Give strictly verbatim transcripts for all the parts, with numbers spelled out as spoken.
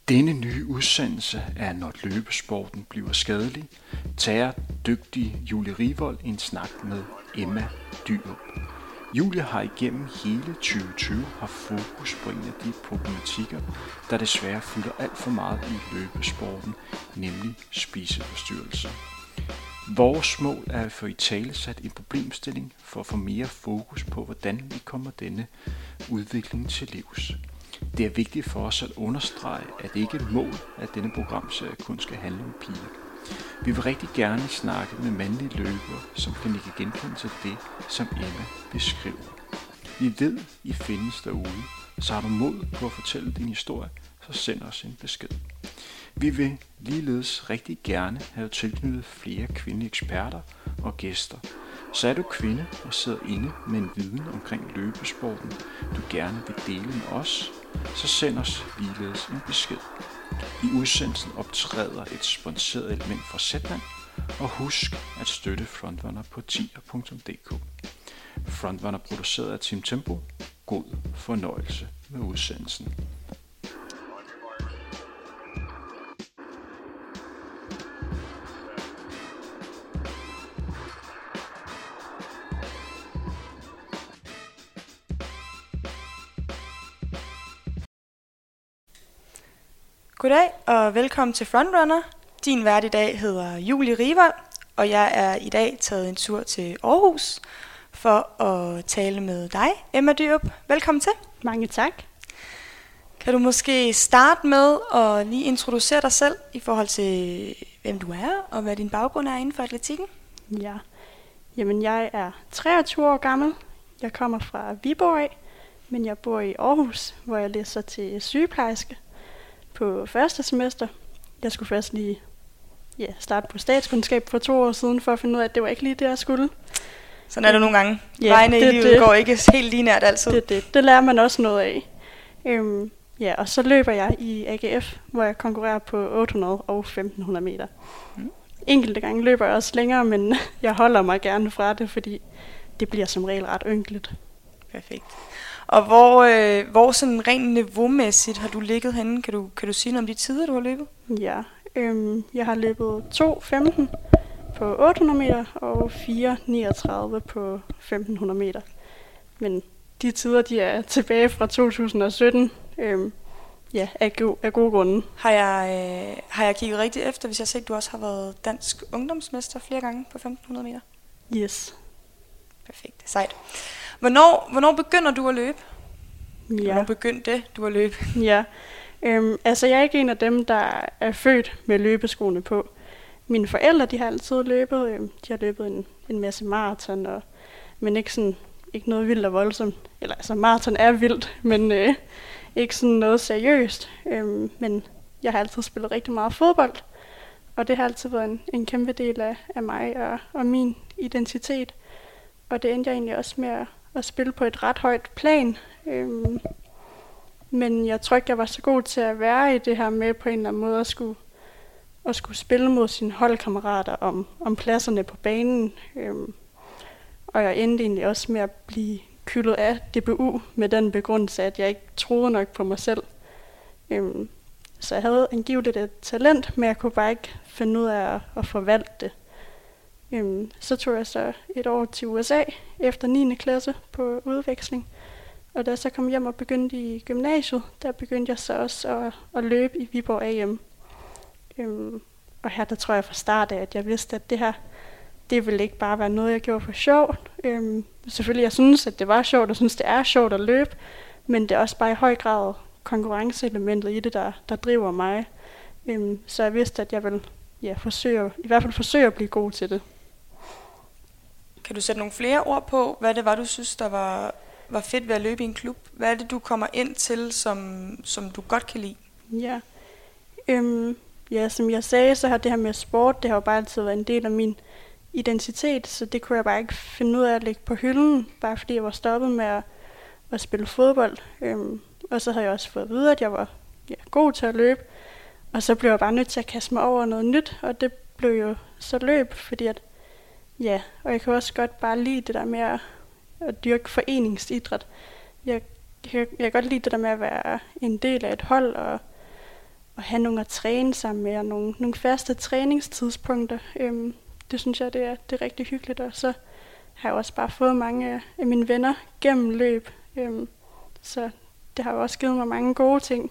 Denne nye udsendelse af Når løbesporten bliver skadelig, tager dygtige Julie Rivold en snak med Emma Dyrup. Julie har igennem hele tyve tyve haft fokus på en af de problematikker, der desværre fylder alt for meget i løbesporten, nemlig spiseforstyrrelser. Vores mål er at få italesat en problemstilling for at få mere fokus på, hvordan vi kommer denne udvikling til livs. Det er vigtigt for os at understrege, at det ikke er et mål, at denne programserie kun skal handle om piger. Vi vil rigtig gerne snakke med mandlige løbere, som kan nikke genkende til det, som Emma beskriver. Vi ved, I findes derude, så har du mod på at fortælle din historie, så send os en besked. Vi vil ligeledes rigtig gerne have tilknyttet flere kvindelige eksperter og gæster. Så er du kvinde og sidder inde med en viden omkring løbesporten, du gerne vil dele med os, så send os ligeledes en besked. I udsendelsen optræder et sponsoreret element fra Zetland, og husk at støtte Frontrunner på tier punktum d k. Frontrunner produceret af Team Tempo. God fornøjelse med udsendelsen. Goddag og velkommen til Frontrunner. Din vært i dag hedder Julie Rivold, og jeg er i dag taget en tur til Aarhus for at tale med dig, Emma Dyrup. Velkommen til. Mange tak. Kan du måske starte med at lige introducere dig selv i forhold til, hvem du er og hvad din baggrund er inden for atletikken? Ja, jamen jeg er treogtyve år gammel. Jeg kommer fra Viborg af, men jeg bor i Aarhus, hvor jeg læser til sygeplejerske på første semester. Jeg skulle først lige ja, starte på statskundskab for to år siden, for at finde ud af, at det var ikke lige det, jeg skulle. Sådan er det nogle gange. Ja, Vejene det, i livet det, går ikke helt lineært altid. Det, det, det lærer man også noget af. Øhm, ja, og så løber jeg i A G F, hvor jeg konkurrerer på otte hundrede og femten hundrede meter. Mm. Enkelte gange løber jeg også længere, men jeg holder mig gerne fra det, fordi det bliver som regel ret ynkeligt. Perfekt. Og hvor, øh, hvor sådan rent niveaumæssigt har du ligget henne? Kan du, kan du sige noget om de tider, du har løbet? Ja, øhm, jeg har løbet to femten på otte hundrede meter og fire niogtredive på femten hundrede meter. Men de tider, de er tilbage fra to tusind og sytten, øhm, ja, af, go- af gode grunde. Har jeg, øh, har jeg kigget rigtigt efter, hvis jeg har set, at du også har været dansk ungdomsmester flere gange på femten hundrede meter? Yes. Perfekt, sejt. Hvornår, hvornår begynder du at løbe? Ja. Hvornår begyndte det, du at løbe? Ja, øhm, altså jeg er ikke en af dem, der er født med løbeskoene på. Mine forældre, de har altid løbet. Øhm, de har løbet en, en masse maraton, og, men ikke, sådan, ikke noget vildt og voldsomt. Eller altså, maraton er vildt, men øh, ikke sådan noget seriøst. Øhm, men jeg har altid spillet rigtig meget fodbold, og det har altid været en, en kæmpe del af, af mig og, og min identitet. Og det endte jeg egentlig også med at, at spille på et ret højt plan. Øhm, men jeg tror ikke, jeg var så god til at være i det her med på en eller anden måde at skulle, at skulle spille mod sine holdkammerater om, om pladserne på banen. Øhm, og jeg endte egentlig også med at blive kyldet af D B U med den begrundelse, at jeg ikke troede nok på mig selv. Øhm, så jeg havde angiveligt et talent, men jeg kunne bare ikke finde ud af at, at forvalte det. Øhm, så tog jeg så et år til U S A efter niende klasse på udveksling. Og da jeg så kom hjem og begyndte i gymnasiet, der begyndte jeg så også at, at løbe i Viborg A M. Øhm, og her der tror jeg fra start af, at jeg vidste, at det her, det ville ikke bare være noget, jeg gjorde for sjov. Øhm, selvfølgelig, jeg synes, at det var sjovt, og synes, det er sjovt at løbe, men det er også bare i høj grad konkurrenceelementet i det, der, der driver mig. Øhm, så jeg vidste, at jeg ville ja, forsøge, i hvert fald forsøge at blive god til det. Kan du sætte nogle flere ord på, hvad det var, du synes, der var, var fedt ved at løbe i en klub? Hvad er det, du kommer ind til, som, som du godt kan lide? Ja. Øhm, ja, som jeg sagde, så har det her med sport, det har jo bare altid været en del af min identitet, så det kunne jeg bare ikke finde ud af at lægge på hylden, bare fordi jeg var stoppet med at, at spille fodbold. Øhm, og så havde jeg også fået at vide, at jeg var ja, god til at løbe, og så blev jeg bare nødt til at kaste mig over noget nyt, og det blev jo så løb, fordi at ja, og jeg kan også godt bare lide det der med at, at dyrke foreningsidræt. Jeg, jeg, jeg kan godt lide det der med at være en del af et hold, og, at have nogen at træne sammen med, og nogle, nogle faste træningstidspunkter. Øhm, det synes jeg, det er, det er rigtig hyggeligt, og så har jeg også bare fået mange af mine venner gennem løb, øhm, så det har jo også givet mig mange gode ting.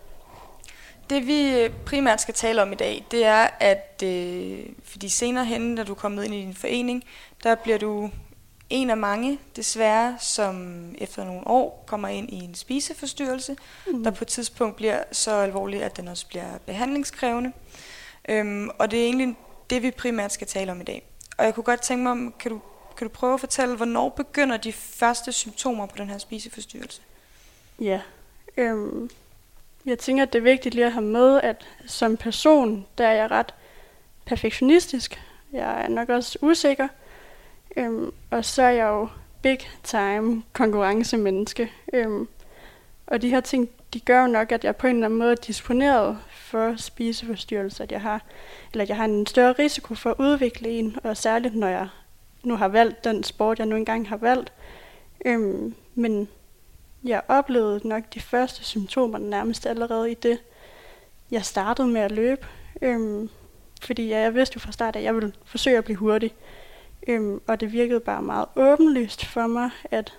Det vi primært skal tale om i dag, det er, at øh, fordi senere hen, når du er kommet ind i din forening, der bliver du en af mange, desværre, som efter nogle år kommer ind i en spiseforstyrrelse, mm. der på et tidspunkt bliver så alvorlig, at den også bliver behandlingskrævende. Øhm, og det er egentlig det, vi primært skal tale om i dag. Og jeg kunne godt tænke mig, om, kan du, kan du prøve at fortælle, hvornår begynder de første symptomer på den her spiseforstyrrelse? Ja, øhm, jeg tænker, at det er vigtigt lige at have med, at som person, der er jeg ret perfektionistisk. Jeg er nok også usikker. Øhm, og så er jeg jo big time konkurrencemenneske. Øhm, og de her ting, de gør jo nok, at jeg på en eller anden måde er disponeret for spiseforstyrrelser, at jeg har, eller at jeg har en større risiko for at udvikle en, og særligt når jeg nu har valgt den sport, jeg nu engang har valgt. Øhm, men jeg oplevede nok de første symptomer nærmest allerede i det, jeg startede med at løbe. Øhm, fordi jeg vidste jo fra start, at jeg ville forsøge at blive hurtig. Øhm, og det virkede bare meget åbenlyst for mig, at,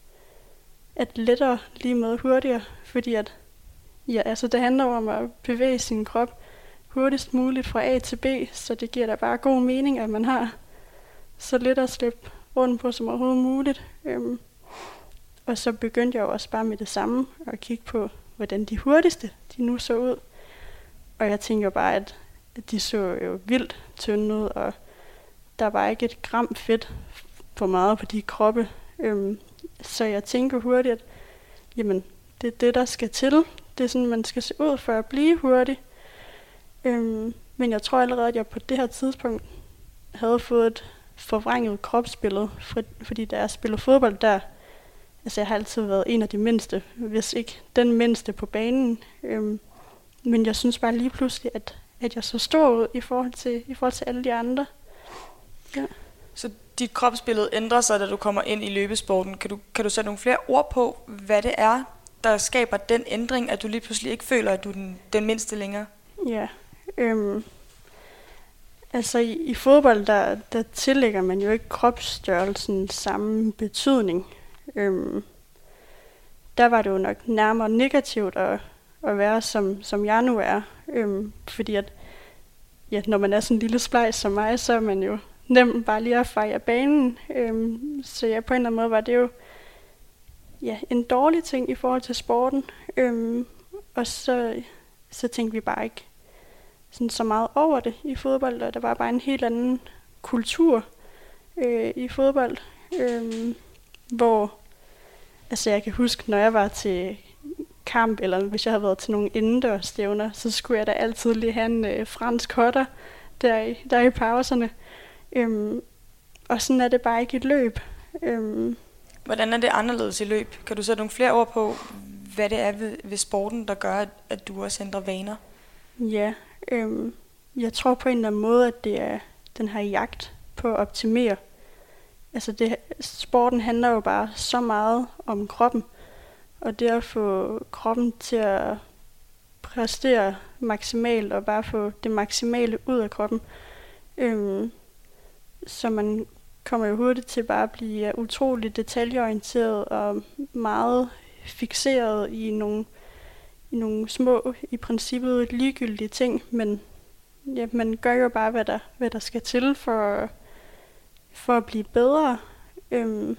at lettere lige med hurtigere. Fordi at, ja, altså det handler om at bevæge sin krop hurtigst muligt fra A til B, så det giver da bare god mening, at man har så lidt at slippe rundt på som overhovedet muligt. Øhm, og så begyndte jeg jo også bare med det samme at kigge på, hvordan de hurtigste de nu så ud. Og jeg tænker bare, at de så jo vildt tynde ud, og der var ikke et gram fedt for meget på de kroppe. Øhm, så jeg tænker hurtigt, at jamen, det er det, der skal til. Det er sådan, man skal se ud for at blive hurtig. Øhm, men jeg tror allerede, at jeg på det her tidspunkt havde fået et forvrænget kropsbillede. For, fordi da jeg spiller fodbold der, altså jeg har altid været en af de mindste, hvis ikke den mindste på banen. Øhm, men jeg synes bare lige pludselig, at, at jeg så stor ud i forhold til, i forhold til alle de andre. Ja. Så dit kropsbillede ændrer sig, da du kommer ind i løbesporten. Kan du, kan du sætte nogle flere ord på, hvad det er, der skaber den ændring, at du lige pludselig ikke føler, at du er den, den mindste længere? Ja, øhm, altså i, i fodbold, der, der tillægger man jo ikke kropsstørrelsen samme betydning. Øhm, der var det jo nok nærmere negativt at, at være, som, som jeg nu er. Øhm, fordi at, ja, når man er sådan en lille splejs som mig, så er man jo nemt bare lige at fejre banen. Øhm, så ja, på en eller anden måde var det jo ja, en dårlig ting i forhold til sporten. Øhm, og så, så tænkte vi bare ikke sådan så meget over det i fodbold, og der var bare en helt anden kultur øh, i fodbold, øh, hvor altså jeg kan huske, når jeg var til kamp, eller hvis jeg havde været til nogle indendørsstævner, så skulle jeg da altid lige have en øh, fransk hotter der i, der i pauserne. Øhm, og sådan er det bare ikke et løb. Øhm. Hvordan er det anderledes i løb? Kan du sætte nogle flere ord på, hvad det er ved, ved sporten, der gør, at, at du også ændrer vaner? Ja, øhm, jeg tror på en eller anden måde, at det er den her jagt på at optimere. Altså det, sporten handler jo bare så meget om kroppen, og det at få kroppen til at præstere maksimalt, og bare få det maksimale ud af kroppen. Øhm, så man kommer jo hurtigt til bare at blive utroligt detaljeorienteret og meget fikseret i nogle, i nogle små, i princippet ligegyldige ting, men ja, man gør jo bare, hvad der, hvad der skal til for, for at blive bedre. Øhm,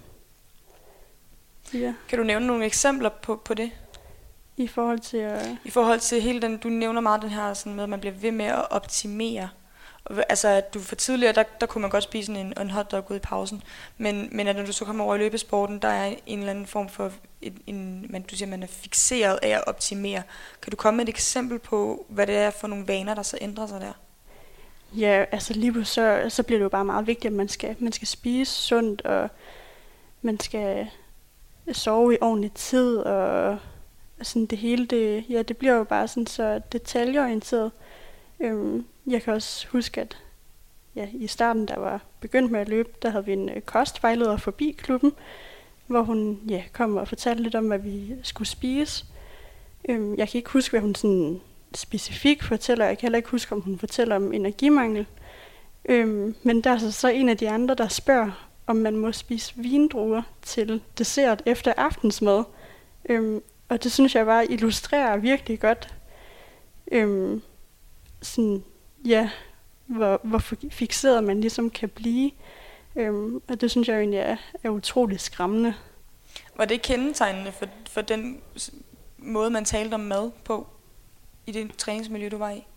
ja. Kan du nævne nogle eksempler på, på det? I forhold til at... I forhold til hele den, du nævner meget den her sådan med, at man bliver ved med at optimere. Altså, at du for tidligere, der, der kunne man godt spise en, en hotdog ud i pausen, men, men at når du så kommer over i løbesporten, der er en eller anden form for, en, en, man, du siger, man er fikseret af at optimere. Kan du komme med et eksempel på, hvad det er for nogle vaner, der så ændrer sig der? Ja, altså lige på så, så bliver det jo bare meget vigtigt, at man skal, man skal spise sundt, og man skal sove i ordentlig tid, og sådan det hele, det, ja, det bliver jo bare sådan så detaljeorienteret. Øhm, jeg kan også huske, at ja, i starten, der var begyndt med at løbe, der havde vi en øh, kostvejleder forbi klubben, hvor hun ja, kom og fortalte lidt om, hvad vi skulle spise. Øhm, jeg kan ikke huske, hvad hun sådan specifikt fortæller. Jeg kan heller ikke huske, om hun fortæller om energimangel. Øhm, men der er så, så en af de andre, der spørger, om man må spise vindruer til dessert efter aftensmad. Øhm, og det synes jeg bare illustrerer virkelig godt, øhm, sådan, ja, hvor, hvor fikseret man ligesom kan blive. Øhm, og det synes jeg egentlig er, er utroligt skræmmende. Var det kendetegnende for, for den måde, man talte om mad på i det træningsmiljø, du var i?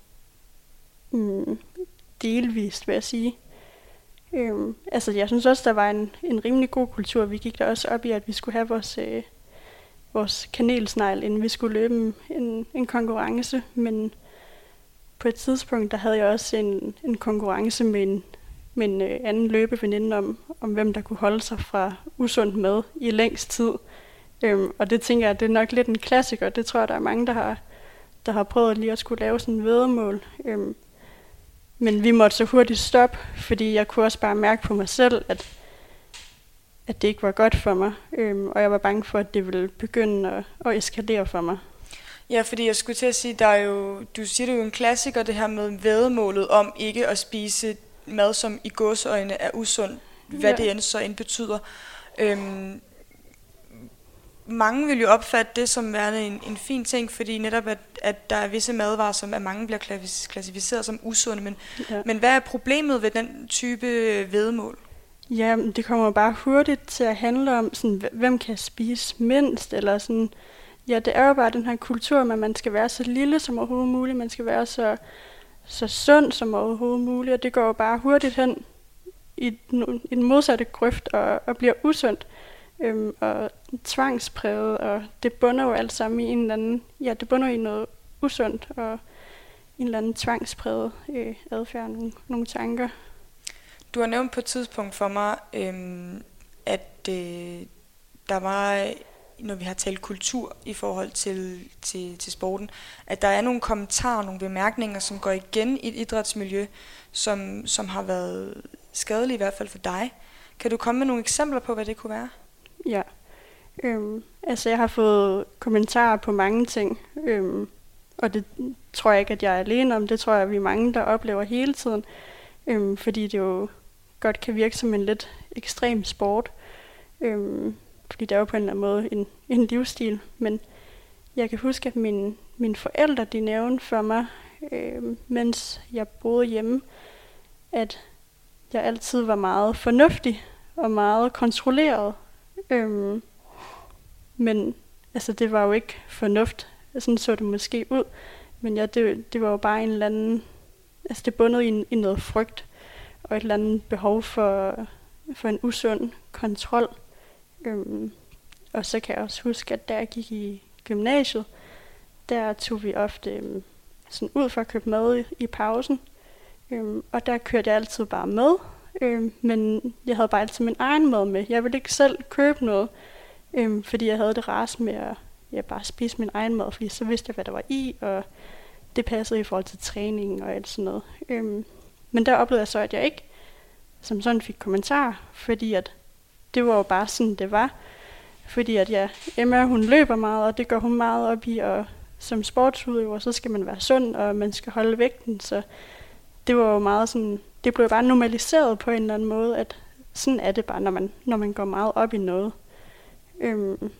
Mm, delvist, vil jeg sige. Øhm, altså, jeg synes også, der var en, en rimelig god kultur. Vi gik der også op i, at vi skulle have vores, øh, vores kanelsnegl, inden vi skulle løbe en, en konkurrence. Men på et tidspunkt, der havde jeg også en, en konkurrence med en, med en øh, anden løbeveninde om, om, hvem der kunne holde sig fra usund mad i længst tid. Øhm, og det tænker jeg, det er nok lidt en klassiker. Det tror jeg, der er mange, der har, der har prøvet lige at skulle lave sådan en væddemål. Øhm, men vi måtte så hurtigt stoppe, fordi jeg kunne også bare mærke på mig selv, at, at det ikke var godt for mig. Øhm, og jeg var bange for, at det ville begynde at, at eskalere for mig. Ja, fordi jeg skulle til at sige, der er jo, du siger det er jo en klassiker, det her med væddemålet om ikke at spise mad, som i gåseøjne er usund, hvad ja. det end så end betyder. Øhm, mange vil jo opfatte det som værende en, en fin ting, fordi netop at, at der er visse madvarer, som af mange bliver klassificeret som usunde. Men, ja. men hvad er problemet ved den type væddemål? Ja, det kommer bare hurtigt til at handle om, sådan, hvem kan spise mindst, eller sådan. Ja, det er jo bare den her kultur, at man skal være så lille som overhovedet muligt, man skal være så, så sund som overhovedet muligt, og det går jo bare hurtigt hen i den, i den modsatte grøft og, og bliver usundt. Øhm, og tvangspræget, og det bunder jo alt sammen i en eller anden, ja, det bunder i noget usundt, og en eller anden tvangspræget øh, adfærd, nogle, nogle tanker. Du har nævnt på et tidspunkt for mig, øhm, at øh, der var, når vi har talt kultur i forhold til, til, til sporten, at der er nogle kommentarer, nogle bemærkninger, som går igen i et idrætsmiljø, som, som har været skadelige i hvert fald for dig. Kan du komme med nogle eksempler på, hvad det kunne være? Ja, øhm, altså jeg har fået kommentarer på mange ting, øhm, og det tror jeg ikke, at jeg er alene om. Det tror jeg, at vi er mange, der oplever hele tiden, øhm, fordi det jo godt kan virke som en lidt ekstrem sport, øhm, fordi det er jo på en eller anden måde en, en livsstil. Men jeg kan huske, at mine, mine forældre, de nævnte for mig, øhm, mens jeg boede hjemme, at jeg altid var meget fornuftig og meget kontrolleret. Øhm, men altså det var jo ikke fornuft. Sådan så det måske ud. Men ja, det, det var jo bare en eller anden, altså det bundede i, i noget frygt og et eller andet behov for, for en usund kontrol. Øhm, og så kan jeg også huske, at da jeg gik i gymnasiet, der tog vi ofte øhm, sådan ud for at købe mad i, i pausen. Øhm, og der kørte jeg altid bare med. Øhm, men jeg havde bare altid min egen mad med. Jeg ville ikke selv købe noget, øhm, fordi jeg havde det ras med at ja, bare spise min egen mad, fordi så vidste jeg, hvad der var i, og det passede i forhold til træningen og alt sådan noget. Øhm, men der oplevede jeg så, at jeg ikke som sådan fik kommentarer, fordi at det var jo bare sådan, det var. Fordi at ja, Emma, hun løber meget, og det går hun meget op i, og som sportsudøver, så skal man være sund, og man skal holde vægten, så det var jo meget sådan, det blev bare normaliseret på en eller anden måde, at sådan er det bare, når man, når man går meget op i noget. Øhm,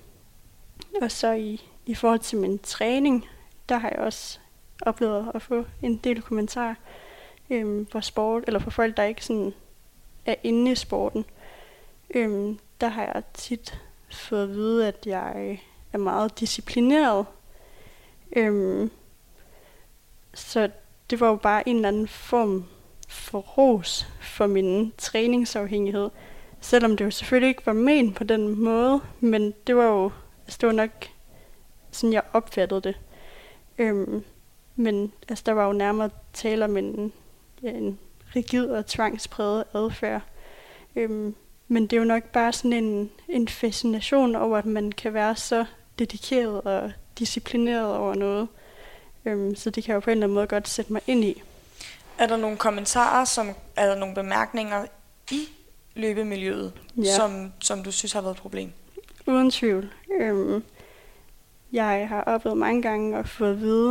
og så i, i forhold til min træning, der har jeg også oplevet at få en del kommentarer øhm, for sport, eller for folk, der ikke sådan er inde i sporten. Øhm, der har jeg tit fået at vide, at jeg er meget disciplineret. Øhm, så det var jo bare en eller anden form for ros for min træningsafhængighed. Selvom det jo selvfølgelig ikke var ment på den måde, men det var jo, altså det var nok sådan, jeg opfattede det. Øhm, men altså, der var jo nærmere tale om en, ja, en rigid og tvangspræget adfærd. Øhm, men det er jo nok bare sådan en, en fascination over, at man kan være så dedikeret og disciplineret over noget. Øhm, så det kan jeg jo på en eller anden måde godt sætte mig ind i. Er der nogle kommentarer, som er der nogle bemærkninger i løbemiljøet, ja. som, som du synes har været et problem? Uden tvivl. Øhm, jeg har oplevet mange gange at få at vide,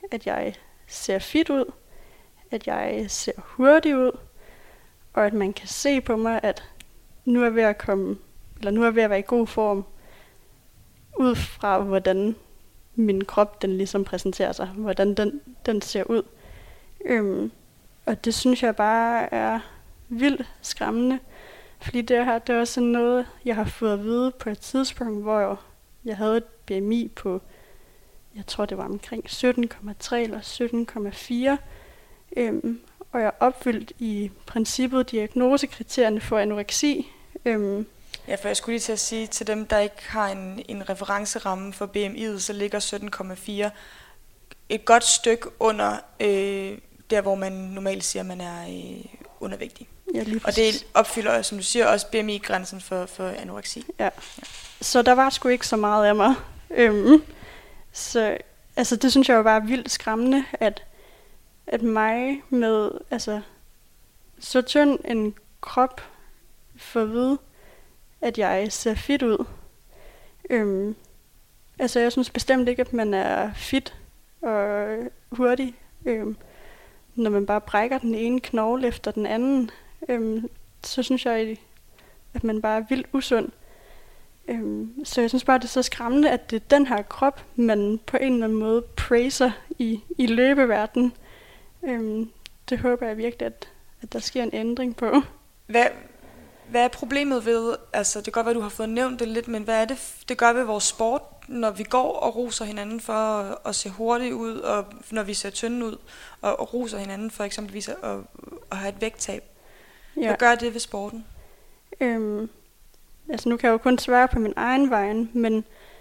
at jeg ser fit ud, at jeg ser hurtig ud, og at man kan se på mig, at nu er jeg ved at komme, eller nu er jeg ved at være i god form, ud fra hvordan min krop den ligesom præsenterer sig, hvordan den, den ser ud. Øhm, og det synes jeg bare er vildt skræmmende, fordi det her, det er også noget, jeg har fået at vide på et tidspunkt, hvor jeg havde et B M I på, jeg tror det var omkring sytten komma tre eller sytten komma fire, øhm, og jeg er opfyldt i princippet diagnosekriterierne for anoreksi. Øhm, Ja, for jeg skulle lige til at sige, til dem, der ikke har en, en referenceramme for B M I'et, så ligger sytten komma fire et godt stykke under øh, der, hvor man normalt siger, at man er øh, undervægtig. Ja, lige og det opfylder, som du siger, også B M I-grænsen for, for anoreksi. Ja. ja. Så der var sgu ikke så meget af mig. Øhm, så altså, det synes jeg jo bare er vildt skræmmende, at, at mig med altså, så tynd en krop får at vide, at jeg ser fit ud. Øhm, altså jeg synes bestemt ikke, at man er fit og hurtig, øhm, når man bare brækker den ene knogle efter den anden. Øhm, så synes jeg, at man bare er vildt usund. Øhm, så jeg synes bare, det er så skræmmende, at det er den her krop, man på en eller anden måde praiser i, i løbeverdenen. Øhm, det håber jeg virkelig, at, at der sker en ændring på. Hvad, hvad er problemet ved, altså det kan godt være, du har fået nævnt det lidt, men hvad er det, det gør ved vores sport, når vi går og roser hinanden for at, at se hurtigt ud, og når vi ser tynde ud, og, og roser hinanden for eksempelvis at, at, at have et vægttab? Ja. Hvad gør det ved sporten? Øhm, altså nu kan jeg jo kun svare på min egen vejen, men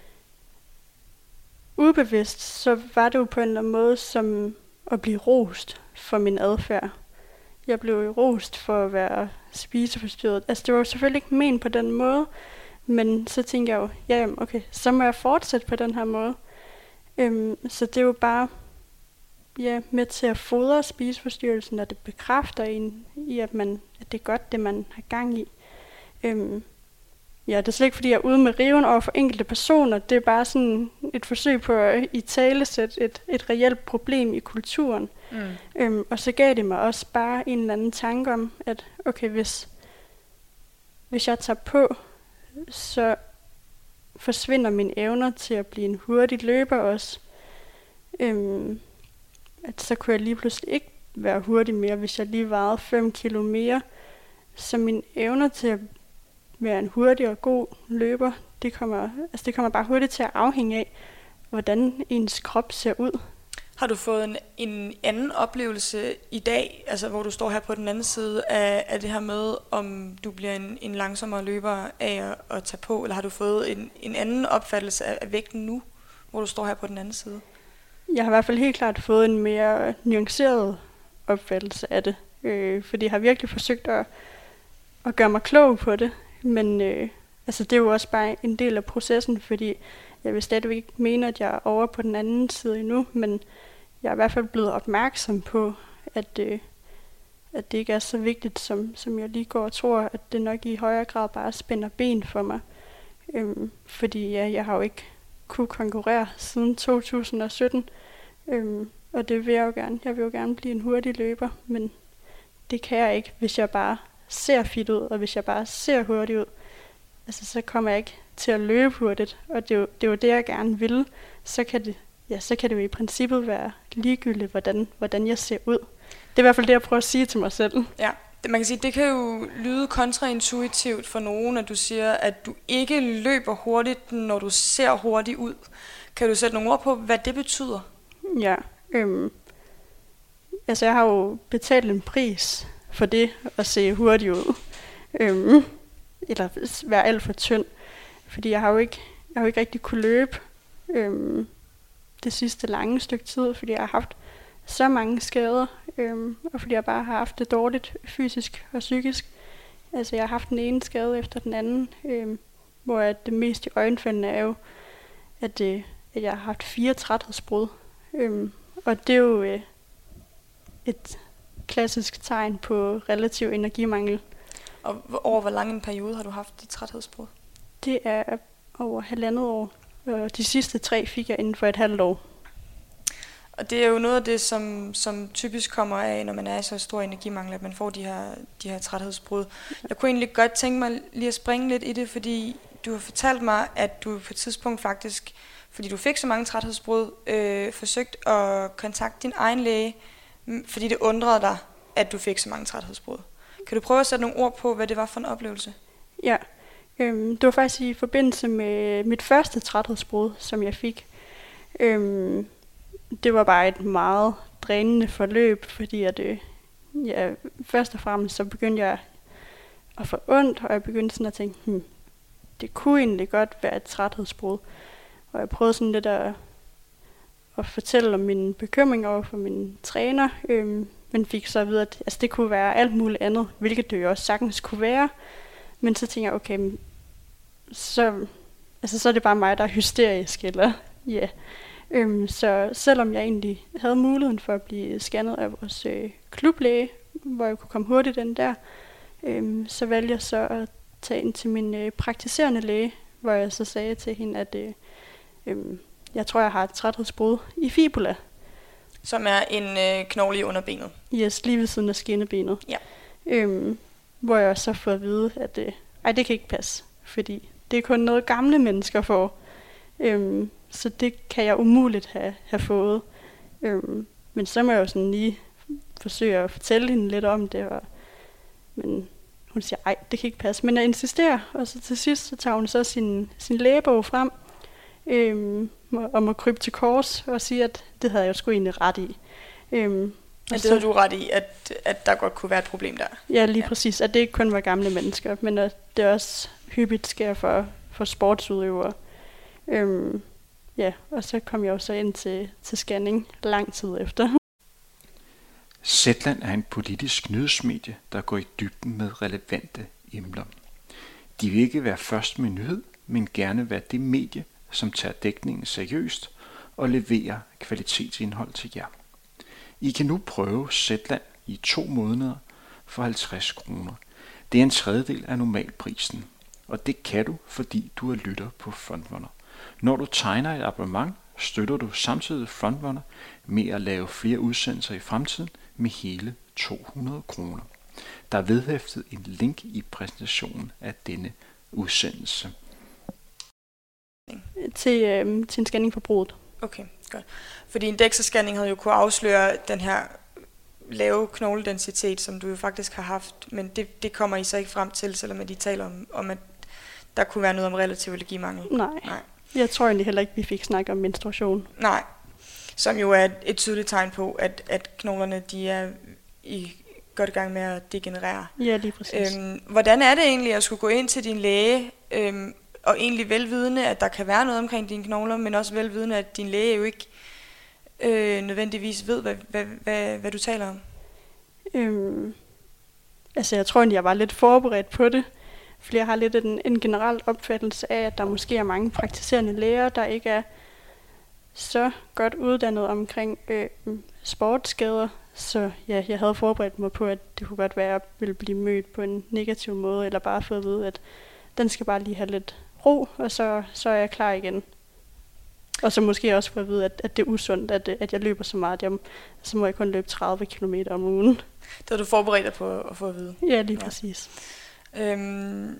ubevidst, så var det jo på en eller anden måde som at blive rost for min adfærd. Jeg blev jo rost for at være spiseforstyrret. Altså det var jo selvfølgelig ikke ment på den måde, men så tænkte jeg jo, ja jamen, okay, så må jeg fortsætte på den her måde. Øhm, så det er jo bare ja, med til at fodre spiseforstyrrelsen, og det bekræfter en i, at, man, at det er godt, det man har gang i. Øhm, ja, det er slet ikke, fordi jeg er ude med riven over for enkelte personer. Det er bare sådan et forsøg på at italesætte et, et reelt problem i kulturen. Mm. Øhm, og så gav det mig også bare en eller anden tanke om, at okay, hvis, hvis jeg tager på, så forsvinder mine evner til at blive en hurtig løber også. Øhm, at så kunne jeg lige pludselig ikke være hurtig mere, hvis jeg lige vejede fem kilo mere. Så mine evner til at være en hurtig og god løber, det kommer, altså det kommer bare hurtigt til at afhænge af, hvordan ens krop ser ud. Har du fået en, en anden oplevelse i dag, altså hvor du står her på den anden side af, af det her med, om du bliver en, en langsommere løber af at, at tage på, eller har du fået en, en anden opfattelse af, af vægten nu, hvor du står her på den anden side? Jeg har i hvert fald helt klart fået en mere nuanceret opfattelse af det, øh, fordi jeg har virkelig forsøgt at, at gøre mig klog på det, men øh, altså det er jo også bare en del af processen, fordi jeg vil stadigvæk ikke mene, at jeg er over på den anden side endnu, men jeg er i hvert fald blevet opmærksom på, at, øh, at det ikke er så vigtigt, som, som jeg lige går og tror, at det nok i højere grad bare spænder ben for mig. Øhm, fordi ja, jeg har jo ikke kunne konkurrere siden to tusind og sytten, øhm, og det vil jeg jo gerne. Jeg vil jo gerne blive en hurtig løber, men det kan jeg ikke, hvis jeg bare ser fit ud, og hvis jeg bare ser hurtig ud. Altså, så kommer jeg ikke til at løbe hurtigt, og det er jo det, er jo det jeg gerne vil. Så kan det, ja, så kan det jo i princippet være ligegyldigt, hvordan, hvordan jeg ser ud. Det er i hvert fald det, jeg prøver at sige til mig selv. Ja, det, man kan sige, det kan jo lyde kontraintuitivt for nogen, at du siger, at du ikke løber hurtigt, når du ser hurtigt ud. Kan du sætte nogle ord på, hvad det betyder? Ja, øhm, altså jeg har jo betalt en pris for det at se hurtigt ud. Øhm, eller være alt for tynd. Fordi jeg har jo ikke, jeg har jo ikke rigtig kunne løbe øhm, det sidste lange stykke tid, fordi jeg har haft så mange skader, øhm, og fordi jeg bare har haft det dårligt fysisk og psykisk. Altså jeg har haft den ene skade efter den anden, øhm, hvor det mest i øjenfaldene er jo, at, øh, at jeg har haft fire træthedsbrud. Øhm, og det er jo øh, et klassisk tegn på relativ energimangel. Og over hvor lang en periode har du haft de træthedsbrud? Det er over halvandet år, og de sidste tre fik jeg inden for et halvt år. Og det er jo noget af det, som, som typisk kommer af, når man er i så stor energimangel, at man får de her, de her træthedsbrud. Jeg kunne egentlig godt tænke mig lige at springe lidt i det, fordi du har fortalt mig, at du på et tidspunkt faktisk, fordi du fik så mange træthedsbrud, øh, forsøgt at kontakte din egen læge, fordi det undrede dig, at du fik så mange træthedsbrud. Kan du prøve at sætte nogle ord på, hvad det var for en oplevelse? Ja, øhm, det var faktisk i forbindelse med mit første træthedsbrud, som jeg fik. Øhm, det var bare et meget drænende forløb, fordi at, øh, ja, først og fremmest så begyndte jeg at få ondt, og jeg begyndte sådan at tænke, hmm, det kunne egentlig godt være et træthedsbrud. Og jeg prøvede sådan lidt at, at fortælle om mine bekymringer over for min træner, øhm, men fik så at vide, at altså, det kunne være alt muligt andet, hvilket det jo også sagtens kunne være. Men så tænker jeg, okay, så, altså, så er det bare mig, der er hysterisk, eller ja. Yeah. Øhm, så selvom jeg egentlig havde muligheden for at blive scannet af vores øh, klublæge, hvor jeg kunne komme hurtigt ind der, øhm, så valgte jeg så at tage ind til min øh, praktiserende læge, hvor jeg så sagde til hende, at øh, øh, jeg tror, jeg har et træthedsbrud i fibula. Som er en øh, knogle i underbenet. Yes, lige ved siden af skinnebenet. Ja. Øhm, hvor jeg så får at vide, at øh, ej, det kan ikke passe, fordi det er kun noget gamle mennesker får. Øhm, så det kan jeg umuligt have, have fået. Øhm, men så må jeg jo sådan lige forsøge at fortælle hende lidt om det. Og, men hun siger, ej, det kan ikke passe. Men jeg insisterer, og så til sidst så tager hun så sin, sin lægebog frem, øhm, og må krybe til kors og sige, at det havde jeg jo sgu egentlig ret i. Øhm, Men det havde du ret i, at, at der godt kunne være et problem der? Ja, lige ja. Præcis. At det ikke kun var gamle mennesker, men at det også hyppigt sker for, for sportsudøvere. Øhm, ja, og så kom jeg jo så ind til, til scanning lang tid efter. Zetland er en politisk nyhedsmedie, der går i dybden med relevante emner. De vil ikke være først med nyhed, men gerne være det medie, som tager dækningen seriøst og leverer kvalitetsindhold til jer. I kan nu prøve Zetland i to måneder for halvtreds kroner. Det er en tredjedel af normalprisen, og det kan du, fordi du er lytter på Frontrunner. Når du tegner et abonnement, støtter du samtidig Frontrunner med at lave flere udsendelser i fremtiden med hele to hundrede kroner. Der er vedhæftet en link i præsentationen af denne udsendelse. Til, øh, til en scanning for brudet. Okay, godt. Fordi en DEXA-scanning havde jo kunne afsløre den her lave knogledensitet, som du jo faktisk har haft, men det, det kommer I så ikke frem til, selvom de taler om, om at der kunne være noget om relativ allergimangel. Nej. Nej, jeg tror egentlig heller ikke, vi fik snakket om menstruation. Nej, som jo er et, et tydeligt tegn på, at, at knoglerne de er i godt gang med at degenerere. Ja, lige præcis. Øhm, hvordan er det egentlig at skulle gå ind til din læge, øhm, og egentlig velvidende, at der kan være noget omkring dine knogler, men også velvidende, at din læge jo ikke øh, nødvendigvis ved, hvad, hvad, hvad, hvad du taler om? Øhm, altså, jeg tror egentlig, jeg var lidt forberedt på det. Fordi jeg har lidt en, en generel opfattelse af, at der måske er mange praktiserende læger, der ikke er så godt uddannet omkring øh, sportsskader. Så ja, jeg havde forberedt mig på, at det kunne godt være, at jeg ville blive mødt på en negativ måde, eller bare få at vide, at den skal bare lige have lidt ro, og så, så er jeg klar igen. Og så måske også få at vide, at, at det er usundt, at, at jeg løber så meget. Jeg, så må jeg kun løbe tredive kilometer om ugen. Det har du forberedt dig på at få at vide? Ja, lige ja. præcis. Øhm,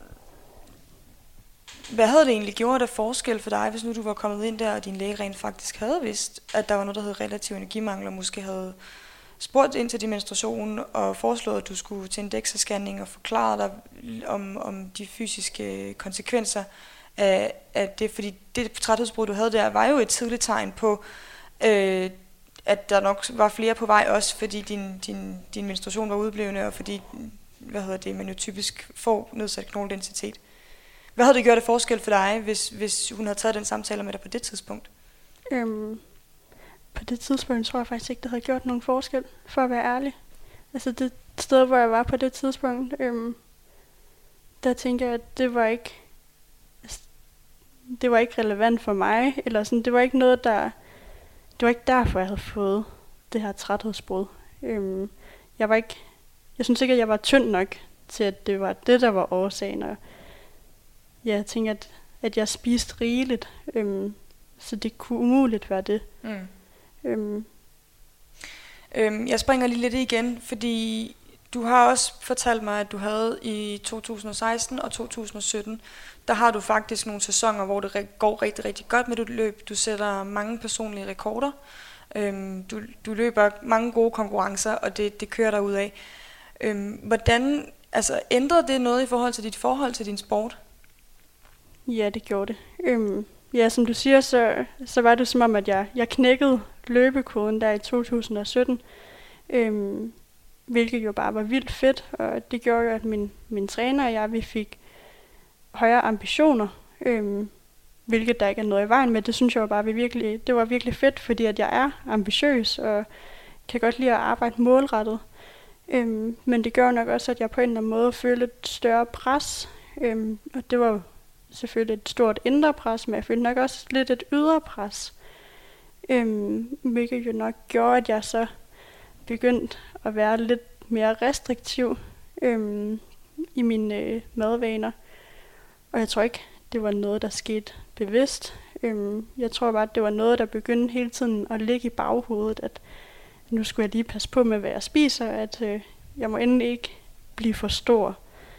hvad havde det egentlig gjort af forskel for dig, hvis nu du var kommet ind der, og din læge rent faktisk havde vidst, at der var noget, der hed relativ energimangel, og måske havde spurgt ind til din menstruation og foreslået, at du skulle til en DEXA-scanning og forklare dig om, om de fysiske konsekvenser af, af det, fordi det træthedsbrud, du havde der, var jo et tidligt tegn på, øh, at der nok var flere på vej også, fordi din, din, din menstruation var udeblevende, og fordi, hvad hedder det, man jo typisk får nedsat knogledensitet. Hvad havde det gjort af forskel for dig, hvis, hvis hun havde taget den samtale med dig på det tidspunkt? Øhm, på det tidspunkt tror jeg faktisk ikke, det havde gjort nogen forskel, for at være ærlig. Altså det sted, hvor jeg var på det tidspunkt, øhm, der tænker jeg, at det var ikke, det var ikke relevant for mig, eller sådan, det var ikke noget, der, det var ikke derfor, jeg havde fået det her træthedsbrud. Øhm, jeg var ikke, jeg synes ikke, at jeg var tynd nok til, at det var det, der var årsagen, og ja, jeg tænker, at, at jeg spiste rigeligt, øhm, så det kunne umuligt være det. Mm. Øhm. Øhm, jeg springer lige lidt igen, fordi du har også fortalt mig, at du havde i to tusind og seksten og to tusind og sytten, der har du faktisk nogle sæsoner, hvor det går rigtig, rigtig godt med dit løb. Du sætter mange personlige rekorder. Øhm, du, du løber mange gode konkurrencer, og det, det kører der ud af. Øhm, hvordan, altså, ændrede det noget i forhold til dit forhold til din sport? Ja, det gjorde det. Øhm, ja, som du siger, så, så var det som om, at jeg, jeg knækkede løbekoden der i to tusind og sytten. Øhm, hvilket jo bare var vildt fedt, og det gjorde jo, at min, min træner og jeg, vi fik højere ambitioner, øhm, hvilket der ikke er noget i vejen med. Det synes jeg jo bare, vi virkelig, det var virkelig fedt, fordi at jeg er ambitiøs og kan godt lide at arbejde målrettet. Øhm, men det gør nok også, at jeg på en eller anden måde følte et større pres, øhm, og det var jo selvfølgelig et stort indre pres, men jeg følte nok også lidt et ydre pres, øhm, hvilket jo nok gjorde, at jeg så begyndte at være lidt mere restriktiv øhm, i mine øh, madvaner. Og jeg tror ikke, det var noget, der skete bevidst. Øhm, jeg tror bare, at det var noget, der begyndte hele tiden at ligge i baghovedet, at nu skulle jeg lige passe på med, hvad jeg spiser, at øh, jeg må endelig ikke blive for stor.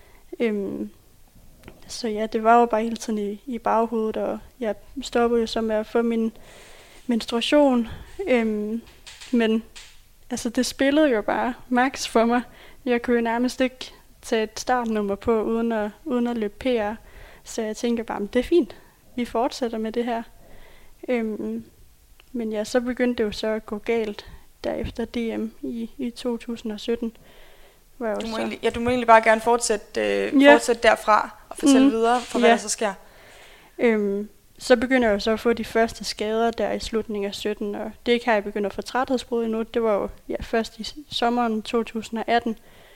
Øhm, så ja, det var jo bare hele tiden i, i baghovedet, og jeg stoppede jo så med at få min menstruation. Øhm, men altså, det spillede jo bare max for mig. Jeg kunne jo nærmest ikke tage et startnummer på, uden at, uden at løbe P R. Så jeg tænker bare, det er fint. Vi fortsætter med det her. Øhm, men ja, så begyndte det jo så at gå galt derefter D M i, i to tusind og sytten. Var Du må, så. egentlig, ja, du må egentlig bare gerne fortsætte, øh, Ja. fortsætte derfra og fortælle Mhm. videre for, hvad Ja. der så sker. Øhm, så begynder jeg jo så at få de første skader der i slutningen af sytten, og det er ikke her, jeg begynder at få træthedsbrud endnu. Det var jo ja, først i sommeren to tusind og atten.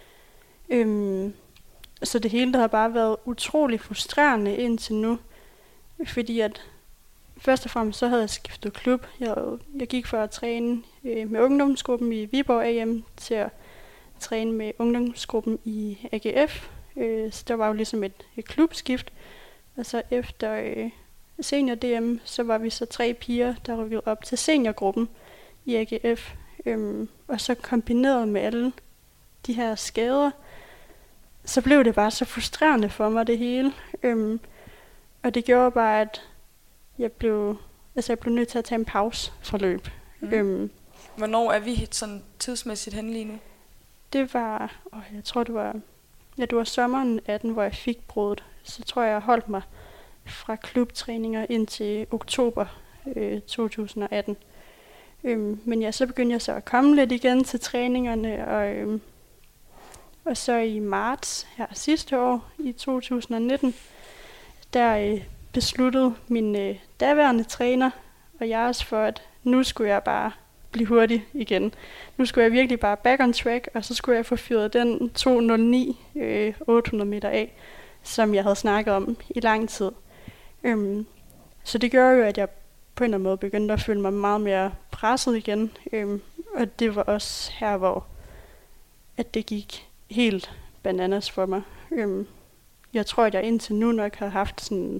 Øhm, så det hele der har bare været utrolig frustrerende indtil nu, fordi at først og fremmest så havde jeg skiftet klub. Jeg, jeg gik fra at træne øh, med ungdomsgruppen i Viborg A M til at træne med ungdomsgruppen i A G F. Øh, så der var jo ligesom et, et klubskift. Og så efter øh, senior D M, så var vi så tre piger, der rykkede op til seniorgruppen i A G F. Øhm, og så kombineret med alle de her skader, så blev det bare så frustrerende for mig det hele. Øhm, og det gjorde bare, at jeg blev, altså jeg blev nødt til at tage en pause fra løb. Mm. Øhm, Hvornår er vi sådan tidsmæssigt henne lige nu? det var, åh, jeg tror det var, ja det var sommeren atten, hvor jeg fik bruddet. Så tror jeg, jeg holdt mig fra klubtræninger indtil oktober øh, to tusind og atten. Øhm, men ja, så begyndte jeg så at komme lidt igen til træningerne, og, øhm, og så i marts her sidste år, i to tusind og nitten, der øh, besluttede min øh, daværende træner og jeg også for, at nu skulle jeg bare blive hurtig igen. Nu skulle jeg virkelig bare back on track, og så skulle jeg få fyret den to nul ni øh, otte hundrede meter af, som jeg havde snakket om i lang tid. Øhm, så det gjorde jo, at jeg på en eller anden måde begyndte at føle mig meget mere presset igen. Øhm, og det var også her, hvor at det gik helt bananas for mig. Øhm, jeg tror, at jeg indtil nu nok har haft sådan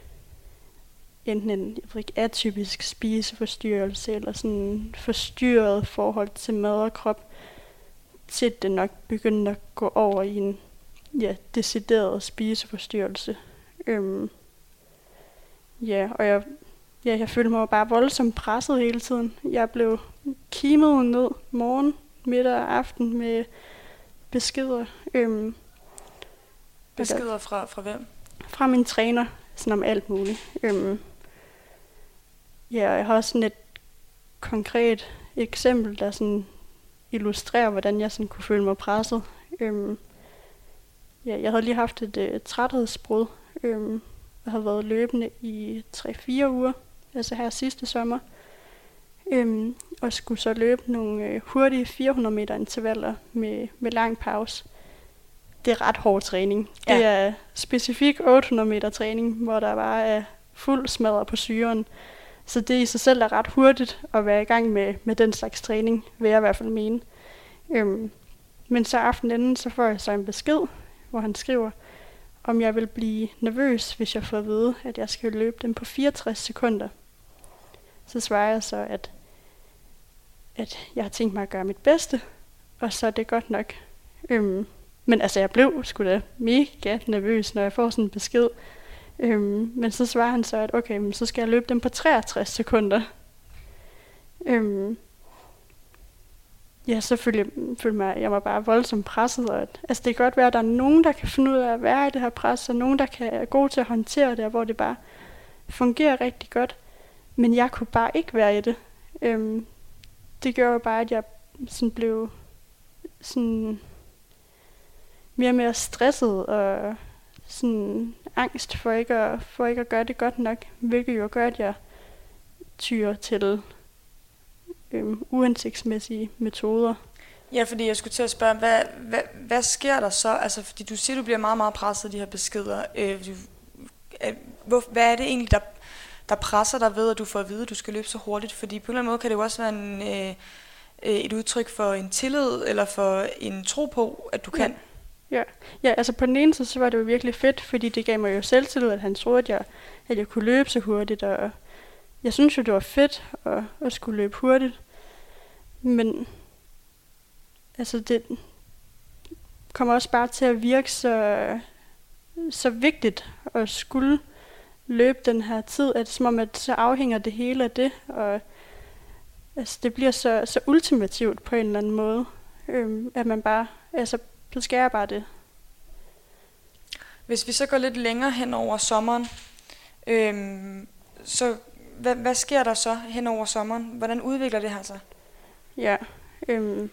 enten en jeg ved ikke, atypisk spiseforstyrrelse, eller sådan en forstyrret forhold til mad og krop, til det nok begyndte at gå over i en ja, decideret spiseforstyrrelse. Øhm, ja, og jeg, ja, jeg følte mig jo bare voldsomt presset hele tiden. Jeg blev kimet ned morgen, middag og aften med beskeder. Øhm, Beskeder fra, fra hvem? Fra min træner, sådan om alt muligt. Øhm, ja, jeg har også sådan et konkret eksempel, der sådan illustrerer, hvordan jeg sådan kunne føle mig presset. Øhm, ja, jeg havde lige haft et øh, træthedsbrud. Øhm, jeg havde været løbende i tre fire uger, altså her sidste sommer. Øhm, og skulle så løbe nogle øh, hurtige fire hundrede meter intervaller med, med lang pause. Det er ret hård træning. Ja. Det er specifik otte hundrede meter træning, hvor der bare er fuld smadret på syren. Så det i sig selv er ret hurtigt at være i gang med, med den slags træning, vil jeg i hvert fald mene. Øhm, men så aftenen inden, så får jeg så en besked, hvor han skriver, om jeg vil blive nervøs, hvis jeg får at vide, at jeg skal løbe den på fireogtres sekunder. Så svarer jeg så, at at jeg har tænkt mig at gøre mit bedste, og så er det godt nok. Øhm, men altså, jeg blev sgu da mega nervøs, når jeg får sådan en besked. Øhm, men så svarer han så, at okay, men så skal jeg løbe dem på treogtres sekunder. Øhm, ja, så følte jeg, følte mig, jeg var bare voldsomt presset. Og at, altså, det kan godt være, at der er nogen, der kan finde ud af at være i det her pres, og nogen, der kan er gode til at håndtere det, hvor det bare fungerer rigtig godt. Men jeg kunne bare ikke være i det. Øhm, det gjorde bare, at jeg sådan blev sådan mere og mere stresset og sådan angst for ikke at, for ikke at gøre det godt nok, hvilket jo gør, at jeg tyrer til øhm, uhensigtsmæssige metoder. Ja, fordi jeg skulle til at spørge, hvad, hvad, hvad sker der så? Altså, fordi du siger, du bliver meget, meget presset af de her beskeder. Øh, du, øh, hvor, hvad er det egentlig, der, der presser dig ved, at du får at vide, at du skal løbe så hurtigt? Fordi på en eller anden måde kan det jo også være en, øh, et udtryk for en tillid, eller for en tro på, at du kan. Ja. Ja. ja, altså på den ene side, så var det jo virkelig fedt, fordi det gav mig jo selvtillid, at han troede, at jeg, at jeg kunne løbe så hurtigt, og jeg synes jo, det var fedt at, at skulle løbe hurtigt. Men altså det kommer også bare til at virke så, så vigtigt at skulle løbe den her tid, at som om, at så afhænger det hele af det, og altså, det bliver så, så ultimativt på en eller anden måde, øhm, at man bare, altså så skal jeg bare det. Hvis vi så går lidt længere hen over sommeren, øhm, så hvad, hvad sker der så hen over sommeren? Hvordan udvikler det her sig? Ja, øhm,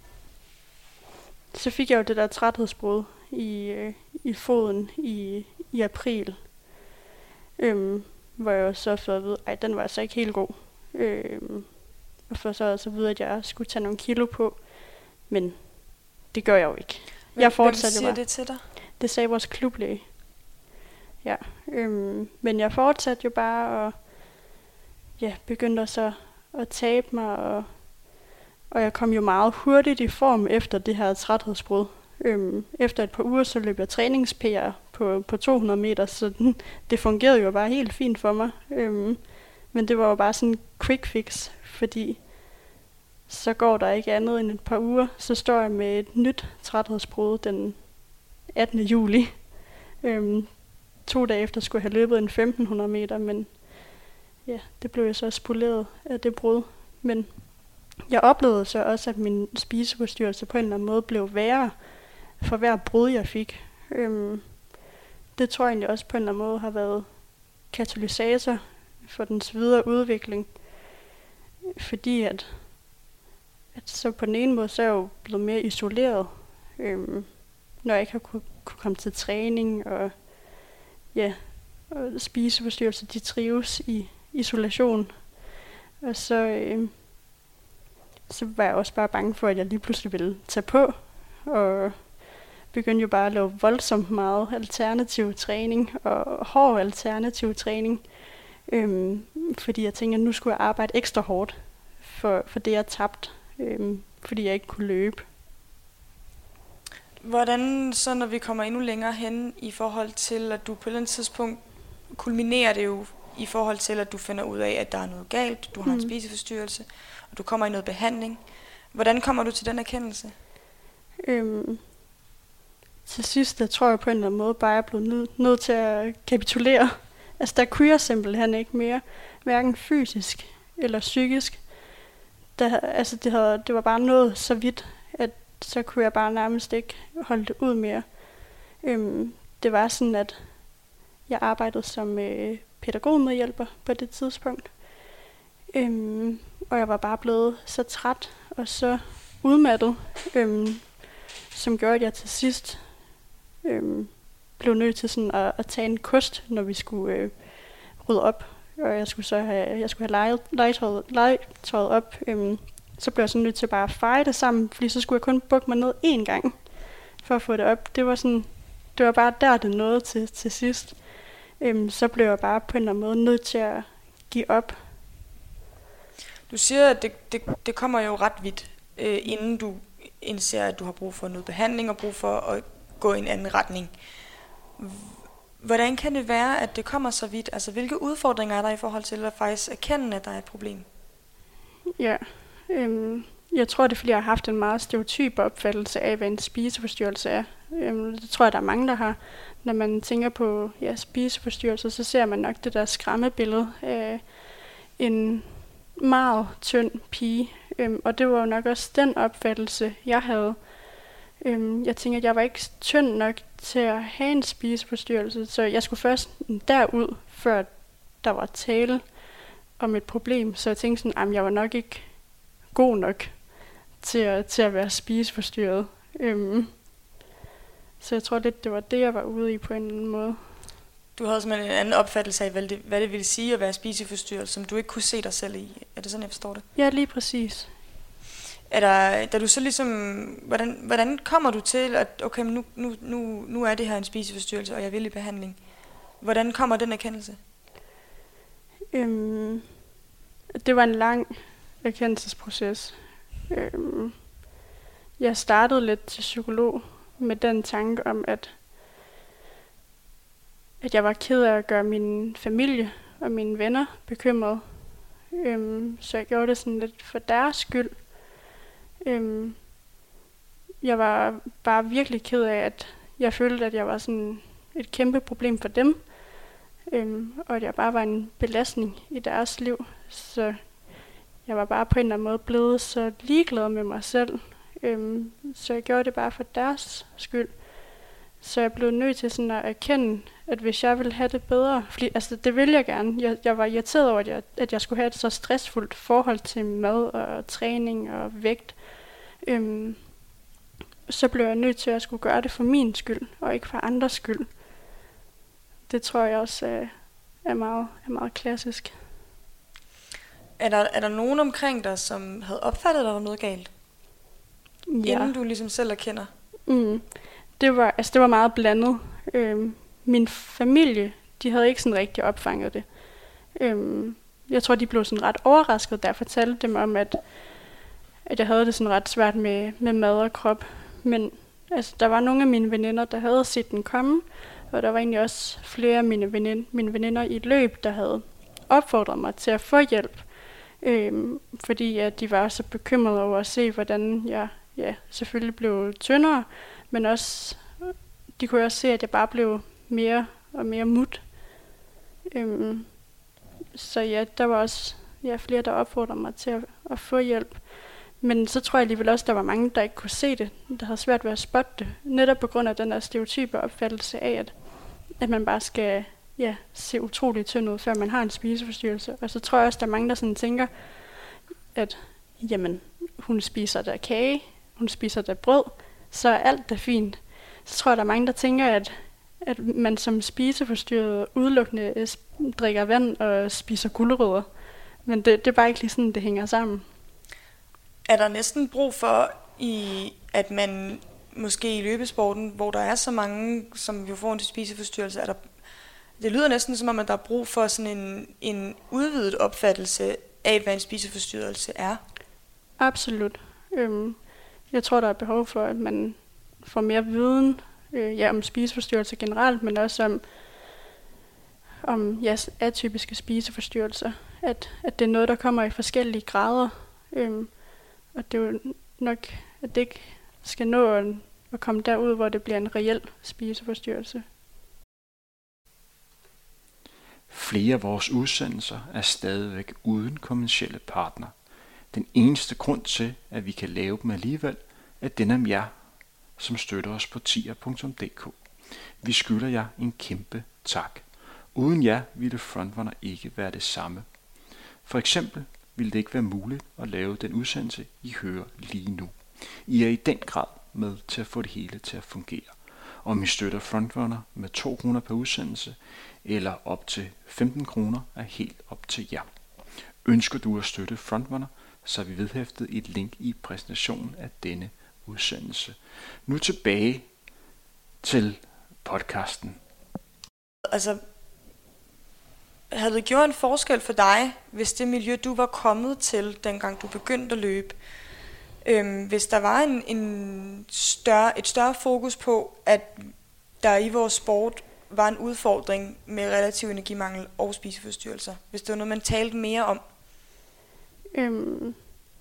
så fik jeg jo det der træthedsbrud i, øh, i foden i, i april, øhm, hvor jeg så fik at vide, ej, den var altså ikke helt god. Øhm, og for så altså at vide, at jeg skulle tage nogle kilo på, men det gør jeg jo ikke. Hvem, jeg fortsatte hvem siger jo bare. det til dig? Det sagde vores klublæge. Ja, øhm, men jeg fortsatte jo bare og ja, begyndte så at tabe mig, og, og jeg kom jo meget hurtigt i form efter det her træthedsbrud. Øhm, efter et par uger, så løb jeg trænings-P R på, på to hundrede meter, så den, det fungerede jo bare helt fint for mig. Øhm, men det var jo bare sådan en quick fix, fordi så går der ikke andet end et par uger, så står jeg med et nyt træthedsbrud den attende juli. Øhm, to dage efter skulle jeg have løbet en femten hundrede meter, men ja, det blev jeg så spoleret af det brud. Men jeg oplevede så også, at min spiseforstyrrelse på en eller anden måde blev værre for hver brud, jeg fik. Øhm, det tror jeg egentlig også på en eller anden måde har været katalysator for dens videre udvikling. Fordi at, at så på den ene måde, så er jeg jo blevet mere isoleret, øhm, når jeg ikke har kunne, kunne komme til træning, og ja, og spiseforstyrrelser, de trives i isolation. Og så, øh, så var jeg også bare bange for, at jeg lige pludselig ville tage på, og begyndte jo bare at lave voldsomt meget alternativ træning, og hård alternativ træning, øhm, fordi jeg tænkte, at nu skulle jeg arbejde ekstra hårdt for, for det, jeg tabte, øhm, fordi jeg ikke kunne løbe. Hvordan så, når vi kommer endnu længere hen i forhold til, at du på et eller andet tidspunkt kulminerer det jo i forhold til, at du finder ud af, at der er noget galt, du har mm. en spiseforstyrrelse, og du kommer i noget behandling. Hvordan kommer du til den erkendelse? Øhm, til sidst, der tror jeg på en eller anden måde, bare jeg er blevet nødt, nødt til at kapitulere. Altså, der kunne jeg simpelthen ikke mere, hverken fysisk eller psykisk. Der, altså, det, havde, det var bare noget så vidt, at så kunne jeg bare nærmest ikke holde det ud mere. Øhm, det var sådan, at jeg arbejdede som øh, pædagogmedhjælper på det tidspunkt. Øhm, og jeg var bare blevet så træt og så udmattet, øhm, som gjorde, at jeg til sidst øhm, blev nødt til sådan at, at tage en kost, når vi skulle øh, rydde op. Og jeg skulle så have, jeg skulle have legetøjet, legetøjet op. Øhm, så blev jeg så nødt til bare at feje det sammen, fordi så skulle jeg kun bukke mig ned én gang for at få det op. Det var sådan, det var bare der, det nåede til, til sidst. Øhm, så blev jeg bare på en eller anden måde nødt til at give op. Du siger, at det, det, det kommer jo ret vidt, øh, inden du indser, at du har brug for noget behandling og brug for at gå i en anden retning. Hvordan kan det være, at det kommer så vidt? Altså, hvilke udfordringer er der i forhold til at faktisk erkende, at der er et problem? Ja, Øhm, jeg tror, det er, fordi jeg har haft en meget stereotyp opfattelse af, hvad en spiseforstyrrelse er. Øhm, det tror jeg, der er mange, der har. Når man tænker på ja, spiseforstyrrelser, så ser man nok det der skræmmebillede af en meget tynd pige. Øhm, og det var jo nok også den opfattelse, jeg havde. Øhm, jeg tænker, at jeg var ikke tynd nok til at have en spiseforstyrrelse, så jeg skulle først derud, før der var tale om et problem. Så jeg tænkte sådan, at jeg var nok ikke god nok til at, til at være spiseforstyrret. Øhm, så jeg tror lidt, det var det, jeg var ude i på en eller anden måde. Du havde simpelthen en anden opfattelse af, hvad det, hvad det ville sige at være spiseforstyrret, som du ikke kunne se dig selv i. Er det sådan, jeg forstår det? Ja, lige præcis. Er der, da du så ligesom, hvordan, hvordan kommer du til, at okay, nu, nu, nu, nu er det her en spiseforstyrrelse, og jeg vil i behandling? Hvordan kommer den erkendelse? Øhm, det var en lang erkendelsesproces. Øhm, jeg startede lidt til psykolog med den tanke om, at, at jeg var ked af at gøre min familie og mine venner bekymrede. Øhm, så jeg gjorde det sådan lidt for deres skyld. Øhm, jeg var bare virkelig ked af, at jeg følte, at jeg var sådan et kæmpe problem for dem. Øhm, og at jeg bare var en belastning i deres liv. Så jeg var bare på en eller anden måde blevet så ligeglad med mig selv. Øhm, så jeg gjorde det bare for deres skyld. Så jeg blev nødt til sådan at erkende, at hvis jeg ville have det bedre, fordi altså det ville jeg gerne. Jeg, jeg var irriteret over, at jeg, at jeg skulle have et så stressfuldt forhold til mad og træning og vægt. Øhm, så blev jeg nødt til at skulle gøre det for min skyld, og ikke for andres skyld. Det tror jeg også er, er, meget, er meget klassisk. Er der, er der nogen omkring dig, som havde opfattet, at der var noget galt? Ja. Inden du ligesom selv erkender? Mm. Det var, altså det var meget blandet. Øhm, min familie, de havde ikke sådan rigtig opfanget det. Øhm, jeg tror, de blev sådan ret overrasket, da jeg fortalte dem om, at, at jeg havde det sådan ret svært med, med mad og krop. Men altså, der var nogle af mine veninder, der havde set den komme, og der var egentlig også flere af mine, venind, mine veninder i et løb, der havde opfordret mig til at få hjælp. Øhm, fordi at de var så bekymrede over at se, hvordan jeg ja, selvfølgelig blev tyndere, men også, de kunne også se, at jeg bare blev mere og mere mut. Øhm, så ja, der var også ja, flere, der opfordrede mig til at, at få hjælp. Men så tror jeg alligevel også, der var mange, der ikke kunne se det, der havde svært ved at spotte det. Netop på grund af den der stereotype opfattelse af, at, at man bare skal ja, se utroligt tynd ud, før man har en spiseforstyrrelse. Og så tror jeg også, der er mange, der sådan tænker, at jamen, hun spiser der kage, hun spiser der brød, så er alt da fint. Så tror jeg, der er mange, der tænker, at, at man som spiseforstyrret udelukkende drikker vand og spiser gulerødder. Men det, det er bare ikke lige sådan, det hænger sammen. Er der næsten brug for, i, at man måske i løbesporten, hvor der er så mange, som jo får en spiseforstyrrelse, er der, det lyder næsten som om, at der er brug for sådan en, en udvidet opfattelse af, hvad en spiseforstyrrelse er? Absolut. Øhm, jeg tror, der er behov for, at man får mere viden øh, ja, om spiseforstyrrelser generelt, men også om, om ja, atypiske spiseforstyrrelser. At, at det er noget, der kommer i forskellige grader. Øhm, og det er jo nok, at det ikke skal nå at, at komme derud, hvor det bliver en reel spiseforstyrrelse. Flere af vores udsendelser er stadigvæk uden kommercielle partner. Den eneste grund til, at vi kan lave dem alligevel, er den af jer, som støtter os på tier punktum d k. Vi skylder jer en kæmpe tak. Uden jer ville Frontrunner ikke være det samme. For eksempel ville det ikke være muligt at lave den udsendelse, I hører lige nu. I er i den grad med til at få det hele til at fungere. Om I støtter Frontrunner med to kroner per udsendelse, eller op til femten kroner, er helt op til jer. Ønsker du at støtte Frontrunner, så har vi vedhæftet et link i præsentationen af denne udsendelse. Nu tilbage til podcasten. Altså, havde det gjort en forskel for dig, hvis det miljø, du var kommet til, dengang du begyndte at løbe, øhm, hvis der var en, en større, et større fokus på, at der i vores sport var en udfordring med relativ energimangel og spiseforstyrrelser, hvis det var noget, man talte mere om? Øhm,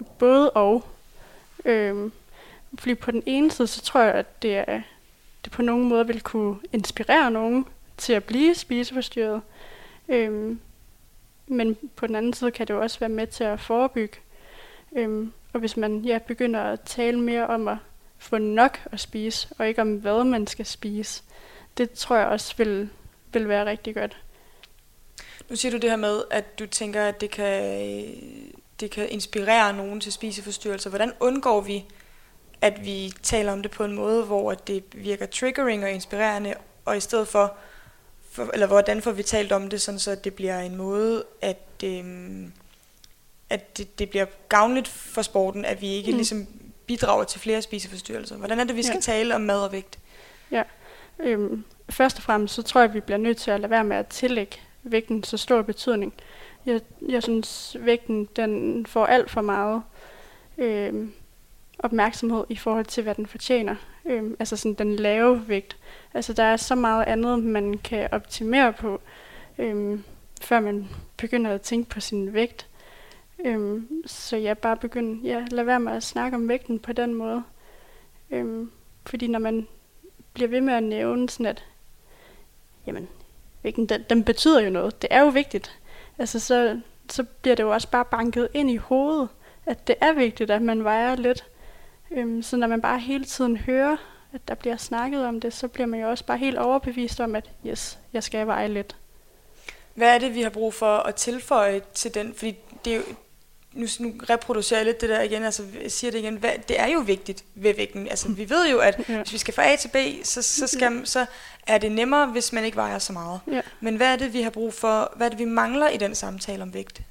både og. Øhm, fordi på den ene side, så tror jeg, at det, er, det på nogen måde vil kunne inspirere nogen til at blive spiseforstyrret. Øhm, men på den anden side kan det jo også være med til at forebygge. Øhm, og hvis man ja, begynder at tale mere om at få nok at spise, og ikke om hvad man skal spise, det tror jeg også vil, vil være rigtig godt. Nu siger du det her med, at du tænker, at det kan, det kan inspirere nogen til spiseforstyrrelser. Hvordan undgår vi, at vi taler om det på en måde, hvor det virker triggering og inspirerende, og i stedet for, for eller hvordan får vi talt om det, sådan så det bliver en måde, at, øhm, at det, det bliver gavnligt for sporten, at vi ikke mm. ligesom bidrager til flere spiseforstyrrelser. Hvordan er det, vi skal ja. tale om mad og vægt? Ja, øhm, først og fremmest så tror jeg, at vi bliver nødt til at lade være med at tillægge vægten så stor betydning. Jeg, jeg synes, vægten den får alt for meget øhm, opmærksomhed i forhold til, hvad den fortjener. Øhm, altså sådan den lave vægt. Altså der er så meget andet, man kan optimere på, øhm, før man begynder at tænke på sin vægt. Øhm, så jeg bare begynder, ja, lad være med at snakke om vægten på den måde. Øhm, fordi når man bliver ved med at nævne sådan, at jamen, vægten, den, den betyder jo noget. Det er jo vigtigt. Altså så, så bliver det jo også bare banket ind i hovedet, at det er vigtigt, at man vejer lidt. Øhm, så når man bare hele tiden hører, at der bliver snakket om det, så bliver man jo også bare helt overbevist om, at yes, jeg skal veje lidt. Hvad er det, vi har brug for at tilføje til den? Fordi det er jo, nu, nu reproducerer jeg lidt det der igen, altså jeg siger det igen, hvad, det er jo vigtigt ved vægten. Altså vi ved jo, at ja. hvis vi skal fra A til B, så, så, skal, så er det nemmere, hvis man ikke vejer så meget. Ja. Men hvad er det, vi har brug for, hvad er det, vi mangler i den samtale om vægt?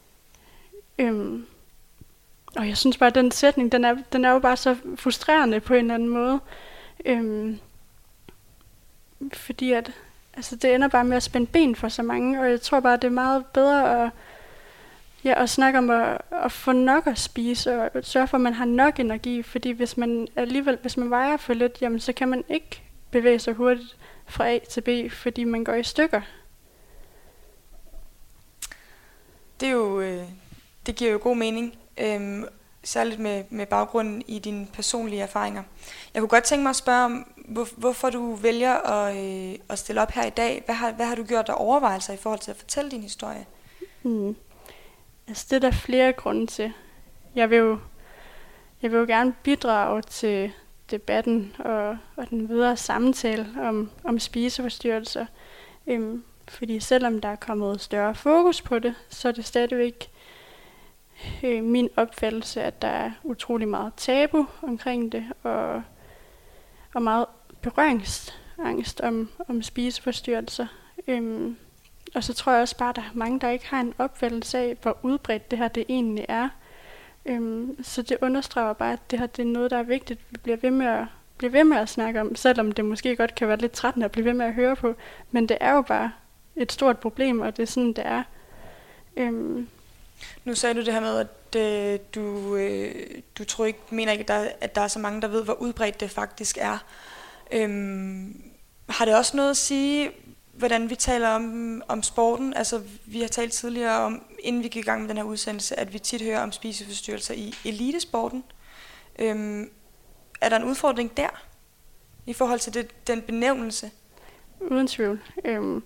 Øhm, og jeg synes bare, at den sætning, den er, den er jo bare så frustrerende på en eller anden måde. Øhm, fordi at, altså det ender bare med at spænde ben for så mange, og jeg tror bare, det er meget bedre at Ja, og snakke om at, at få nok at spise, og sørge for, at man har nok energi, fordi hvis man alligevel, hvis man vejer for lidt, jamen så kan man ikke bevæge sig hurtigt fra A til B, fordi man går i stykker. Det er jo, øh, det giver jo god mening, øh, særligt med, med baggrunden i dine personlige erfaringer. Jeg kunne godt tænke mig at spørge om, hvor, hvorfor du vælger at, øh, at stille op her i dag. Hvad har, hvad har du gjort der overvejelser i forhold til at fortælle din historie? Mm. Altså det er der flere grunde til. Jeg vil jo, jeg vil jo gerne bidrage til debatten og, og den videre samtale om, om spiseforstyrrelser. Øhm, fordi selvom der er kommet større fokus på det, så er det stadigvæk øh, min opfattelse, at der er utrolig meget tabu omkring det, og, og meget berøringsangst om, om spiseforstyrrelser. Øhm, Og så tror jeg også bare, at der er mange, der ikke har en opfattelse af, hvor udbredt det her det egentlig er. Øhm, så det understreger bare, at det her det er noget, der er vigtigt, vi bliver ved, med at, bliver ved med at snakke om, selvom det måske godt kan være lidt trættende at blive ved med at høre på. Men det er jo bare et stort problem, og det er sådan, det er. Øhm. Nu sagde du det her med, at øh, du, øh, du tror ikke, mener ikke, at der, at der er så mange, der ved, hvor udbredt det faktisk er. Øhm, har det også noget at sige, hvordan vi taler om, om sporten? Altså, vi har talt tidligere om, inden vi gik i gang med den her udsendelse, at vi tit hører om spiseforstyrrelser i elitesporten. Øhm, er der en udfordring der, i forhold til det, den benævnelse? Uden tvivl. Øhm,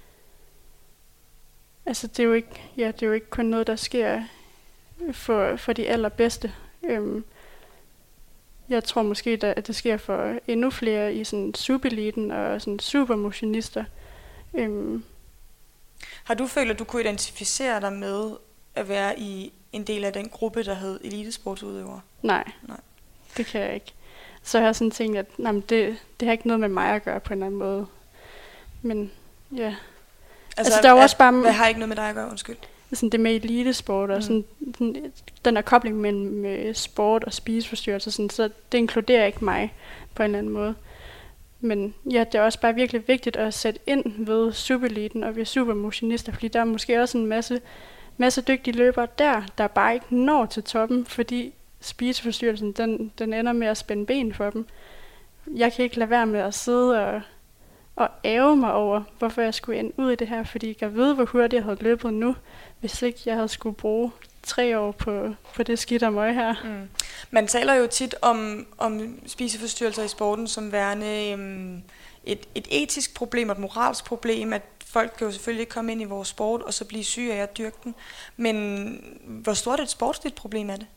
altså, det er, jo ikke, ja, det er jo ikke kun noget, der sker for, for de allerbedste. Øhm, jeg tror måske, at det sker for endnu flere i sådan supereliten og sådan supermotionister. Øhm. Har du følt, at du kunne identificere dig med at være i en del af den gruppe, der hed elitesportsudøvere? Nej, Nej, det kan jeg ikke. Så har jeg sådan tænkt, at nej, det, det har ikke noget med mig at gøre på en eller anden måde. Men ja. Altså, altså der er at, også bare... Hvad har ikke noget med dig at gøre, undskyld? Sådan det med elitesport og sådan, mm. sådan, den er kobling mellem sport og spiseforstyrrelser, sådan, så det inkluderer ikke mig på en eller anden måde. Men ja, det er også bare virkelig vigtigt at sætte ind ved supereliten og ved supermotionister, fordi der er måske også en masse, masse dygtige løbere der, der bare ikke når til toppen, fordi spiseforstyrrelsen, den, den ender med at spænde ben for dem. Jeg kan ikke lade være med at sidde og, og ære mig over, hvorfor jeg skulle ende ud i det her, fordi jeg ved, hvor hurtigt jeg havde løbet nu, hvis ikke jeg havde skulle bruge tre år på, på det skidt og møg her. Mm. Man taler jo tit om, om spiseforstyrrelser i sporten som værende øhm, et, et etisk problem og et moralsk problem, at folk kan jo selvfølgelig ikke komme ind i vores sport og så blive syge af at dyrke den. Men hvor stort et sportsligt problem er det?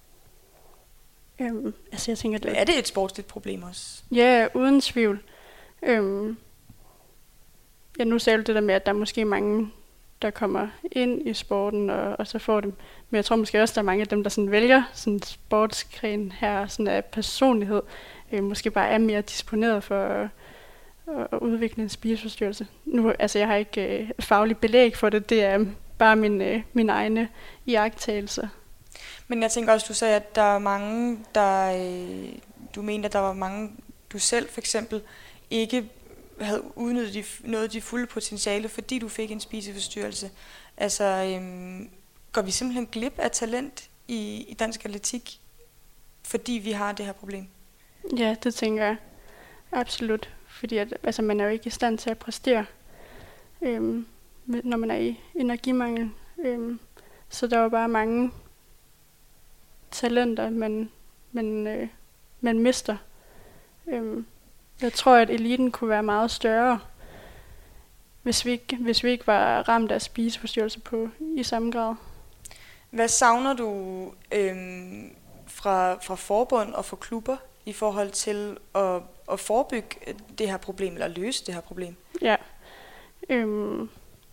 Øhm, altså jeg tænker, det er det et sportsligt problem også? Ja, uden tvivl. Øhm, ja, nu sagde du det der med, at der er måske mange, der kommer ind i sporten, og, og så får dem. Men jeg tror måske også, der er mange af dem, der sådan vælger sådan en sportsgren her, sådan af personlighed, øh, måske bare er mere disponeret for at, at udvikle en spiseforstyrrelse. Nu, altså jeg har ikke øh, faglig belæg for det, det er bare min, øh, mine egne iagttagelser. Men jeg tænker også, du sagde, at der er mange, der, øh, du mente, at der var mange, du selv for eksempel, ikke havde udnyttet de, noget af de fulde potentiale, fordi du fik en spiseforstyrrelse. Altså, øhm, går vi simpelthen glip af talent i, i dansk atletik, fordi vi har det her problem? Ja, det tænker jeg. Absolut. Fordi at, altså, man er jo ikke i stand til at præstere, øhm, når man er i energimangel. Øhm, så der er jo bare mange talenter, man, man, øh, man mister. Øhm, Jeg tror, at eliten kunne være meget større, hvis vi ikke, hvis vi ikke var ramt af spiseforstyrrelse på i samme grad. Hvad savner du øhm, fra, fra forbund og fra klubber i forhold til at, at forebygge det her problem, eller løse det her problem? Ja, øhm,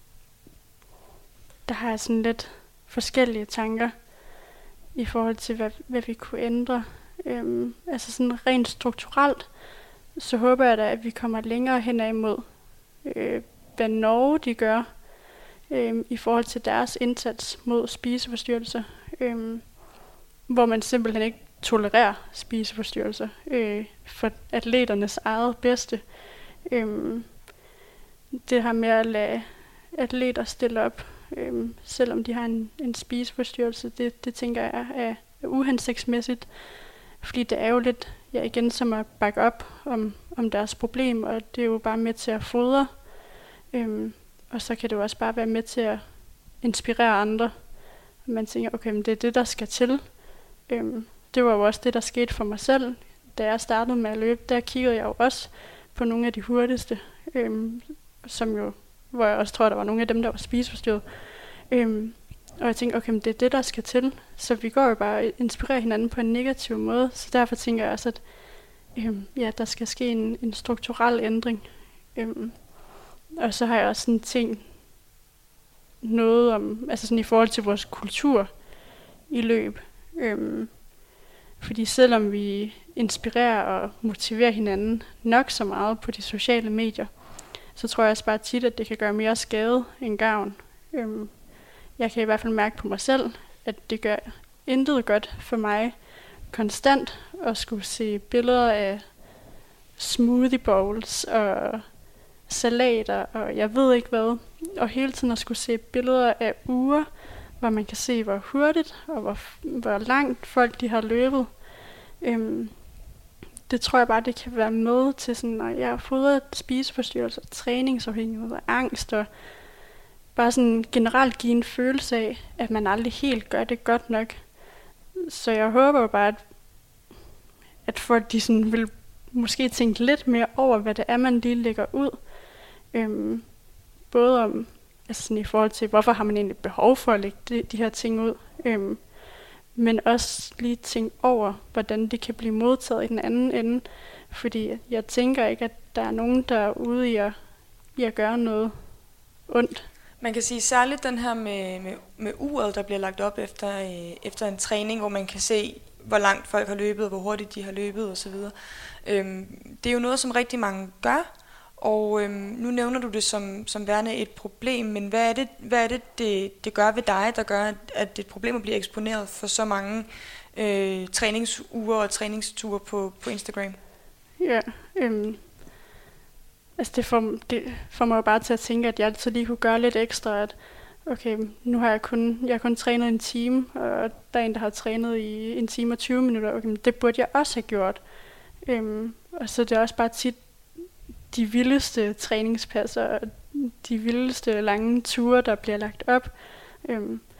der har jeg sådan lidt forskellige tanker i forhold til, hvad, hvad vi kunne ændre. Øhm, altså sådan rent strukturelt, så håber jeg da, at vi kommer længere hen imod, øh, hvad Norge de gør øh, i forhold til deres indsats mod spiseforstyrrelser, øh, hvor man simpelthen ikke tolererer spiseforstyrrelser øh, for atleternes eget bedste. Øh, det her med at lade atleter stille op, øh, selvom de har en, en spiseforstyrrelse, det, det tænker jeg er, er uhensigtsmæssigt, fordi det er jo lidt, ja igen, som at bakke op om, om deres problem, og det er jo bare med til at fodre, øhm, og så kan det jo også bare være med til at inspirere andre. Og man tænker, okay, men det er det, der skal til. Øhm, det var jo også det, der skete for mig selv. Da jeg startede med at løbe, der kiggede jeg jo også på nogle af de hurtigste, øhm, som jo, hvor jeg også tror, der var nogle af dem, der var spiseforstyrret. Øhm, Og jeg tænkte, okay, men det er det, der skal til. Så vi går jo bare og inspirerer hinanden på en negativ måde. Så derfor tænker jeg også, at øhm, ja, der skal ske en, en strukturel ændring. Øhm, og så har jeg også sådan tænkt noget om, altså sådan i forhold til vores kultur i løb. Øhm, fordi selvom vi inspirerer og motiverer hinanden nok så meget på de sociale medier, så tror jeg også bare tit, at det kan gøre mere skade end gavn. Øhm, Jeg kan i hvert fald mærke på mig selv, at det gør intet godt for mig konstant at skulle se billeder af smoothie bowls og salater og jeg ved ikke hvad. Og hele tiden at skulle se billeder af uger, hvor man kan se, hvor hurtigt og hvor, hvor langt folk de har løbet. Øhm, det tror jeg bare, det kan være med til, sådan, når jeg har fået spiseforstyrrelser, træningsafhængighed og angst og bare sådan generelt give en følelse af, at man aldrig helt gør det godt nok. Så jeg håber jo bare, at, at folk de sådan vil måske tænke lidt mere over, hvad det er, man lige lægger ud. Øhm, både om, altså sådan i forhold til, hvorfor har man egentlig behov for at lægge de, de her ting ud. Øhm, men også lige tænke over, hvordan det kan blive modtaget i den anden ende. Fordi jeg tænker ikke, at der er nogen, der er ude i at, i at gøre noget ondt. Man kan sige særligt den her med, med, med uret, der bliver lagt op efter, øh, efter en træning, hvor man kan se, hvor langt folk har løbet, og hvor hurtigt de har løbet osv. Øhm, det er jo noget, som rigtig mange gør, og øhm, nu nævner du det som, som værende et problem, men hvad er det, hvad er det, det, det gør ved dig, der gør, at, at det er et problem at blive eksponeret for så mange øh, træningsuger og træningsture på, på Instagram? Ja, øhm. Altså det får, det får mig jo bare til at tænke, at jeg altid lige kunne gøre lidt ekstra, at okay, nu har jeg kun, jeg har kun trænet en time, og der er en, der har trænet i en time og tyve minutter, okay, men det burde jeg også have gjort. Øhm, og så det er også bare tit de vildeste træningspasser, og de vildeste lange ture, der bliver lagt op. Øhm,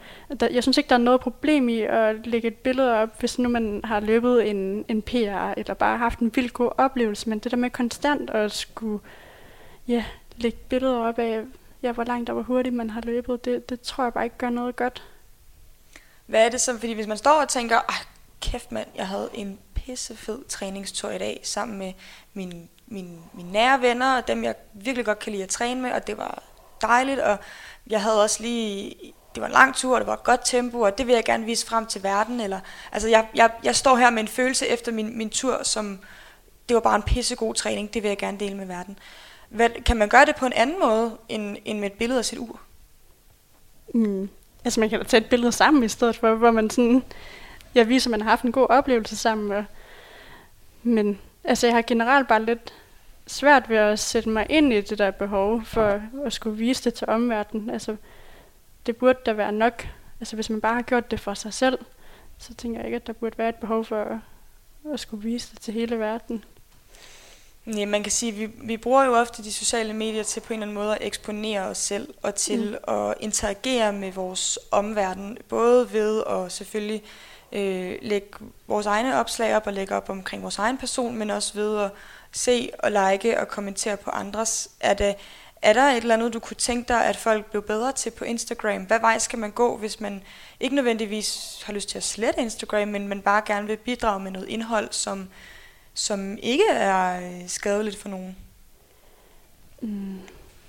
der, jeg synes ikke, der er noget problem i at lægge et billede op, hvis nu man har løbet en, en P R, eller bare haft en vildt god oplevelse, men det der med konstant at skulle ja, lægge billeder op af, ja, hvor langt og hvor hurtigt man har løbet, det, det tror jeg bare ikke gør noget godt. Hvad er det så? Fordi hvis man står og tænker, ah, kæft mand, jeg havde en pissefed træningstur i dag, sammen med mine, mine, mine nære venner, og dem jeg virkelig godt kan lide at træne med, og det var dejligt, og jeg havde også lige, det var en lang tur, og det var et godt tempo, og det vil jeg gerne vise frem til verden, eller, altså jeg, jeg, jeg står her med en følelse efter min, min tur, som, det var bare en pissegod træning, det vil jeg gerne dele med verden. Hvad, kan man gøre det på en anden måde, end, end med et billede af sit ur? Mm. Altså man kan da tage et billede sammen i stedet for, hvor man sådan, jeg viser, at man har haft en god oplevelse sammen. Og, men altså jeg har generelt bare lidt svært ved at sætte mig ind i det der behov for at skulle vise det til omverdenen. Altså det burde da være nok. Altså hvis man bare har gjort det for sig selv, så tænker jeg ikke, at der burde være et behov for at, at skulle vise det til hele verden. Ja, man kan sige, at vi, vi bruger jo ofte de sociale medier til på en eller anden måde at eksponere os selv og til mm. at interagere med vores omverden, både ved at selvfølgelig øh, lægge vores egne opslag op og lægge op omkring vores egen person, men også ved at se og like og kommentere på andres. Er, det, er der et eller andet, du kunne tænke dig, at folk blev bedre til på Instagram? Hvad vej skal man gå, hvis man ikke nødvendigvis har lyst til at slette Instagram, men man bare gerne vil bidrage med noget indhold, som som ikke er skadeligt for nogen? Mm.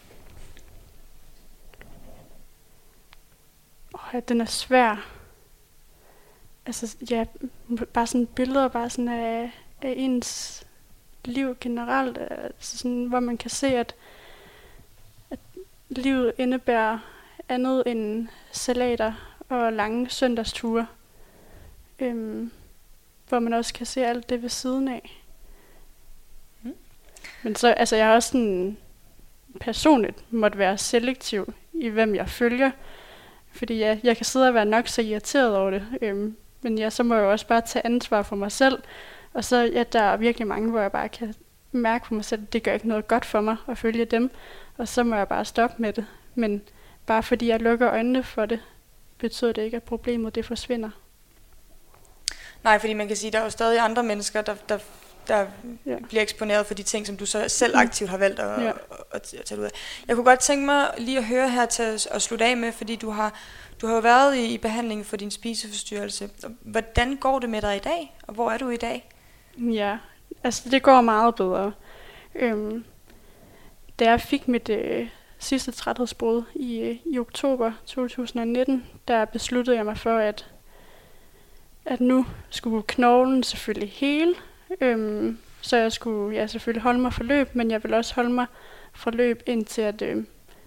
Oh, ja, den er svær. Altså, ja, bare sådan billeder bare sådan af, af ens liv generelt, altså sådan, hvor man kan se, at, at livet indebærer andet end salater og lange søndagsture. Øhm, hvor man også kan se alt det ved siden af. Mm. Men så, altså jeg har også sådan personligt måtte være selektiv i, hvem jeg følger. Fordi jeg, jeg kan sidde og være nok så irriteret over det. Øhm, men ja, så må jeg jo også bare tage ansvar for mig selv. Og så ja, der er virkelig mange, hvor jeg bare kan mærke på mig selv, at det gør ikke noget godt for mig at følge dem. Og så må jeg bare stoppe med det. Men bare fordi jeg lukker øjnene for det, betyder det ikke, at problemet det forsvinder. Nej, fordi man kan sige, at der er jo stadig andre mennesker, der, der, der ja. bliver eksponeret for de ting, som du så selv aktivt har valgt at, ja. at, at, at tage ud af. Jeg kunne godt tænke mig lige at høre her til at, at slutte af med, fordi du har, du har jo været i, i behandling for din spiseforstyrrelse. Hvordan går det med dig i dag, og hvor er du i dag? Ja, altså det går meget bedre. Øhm, da jeg fik mit øh, sidste træthedsbrud i, i oktober to tusind nitten, der besluttede jeg mig for, at at nu skulle knoglen selvfølgelig hele, øhm, så jeg skulle ja, selvfølgelig holde mig for løb, men jeg ville også holde mig for løb indtil at, øh,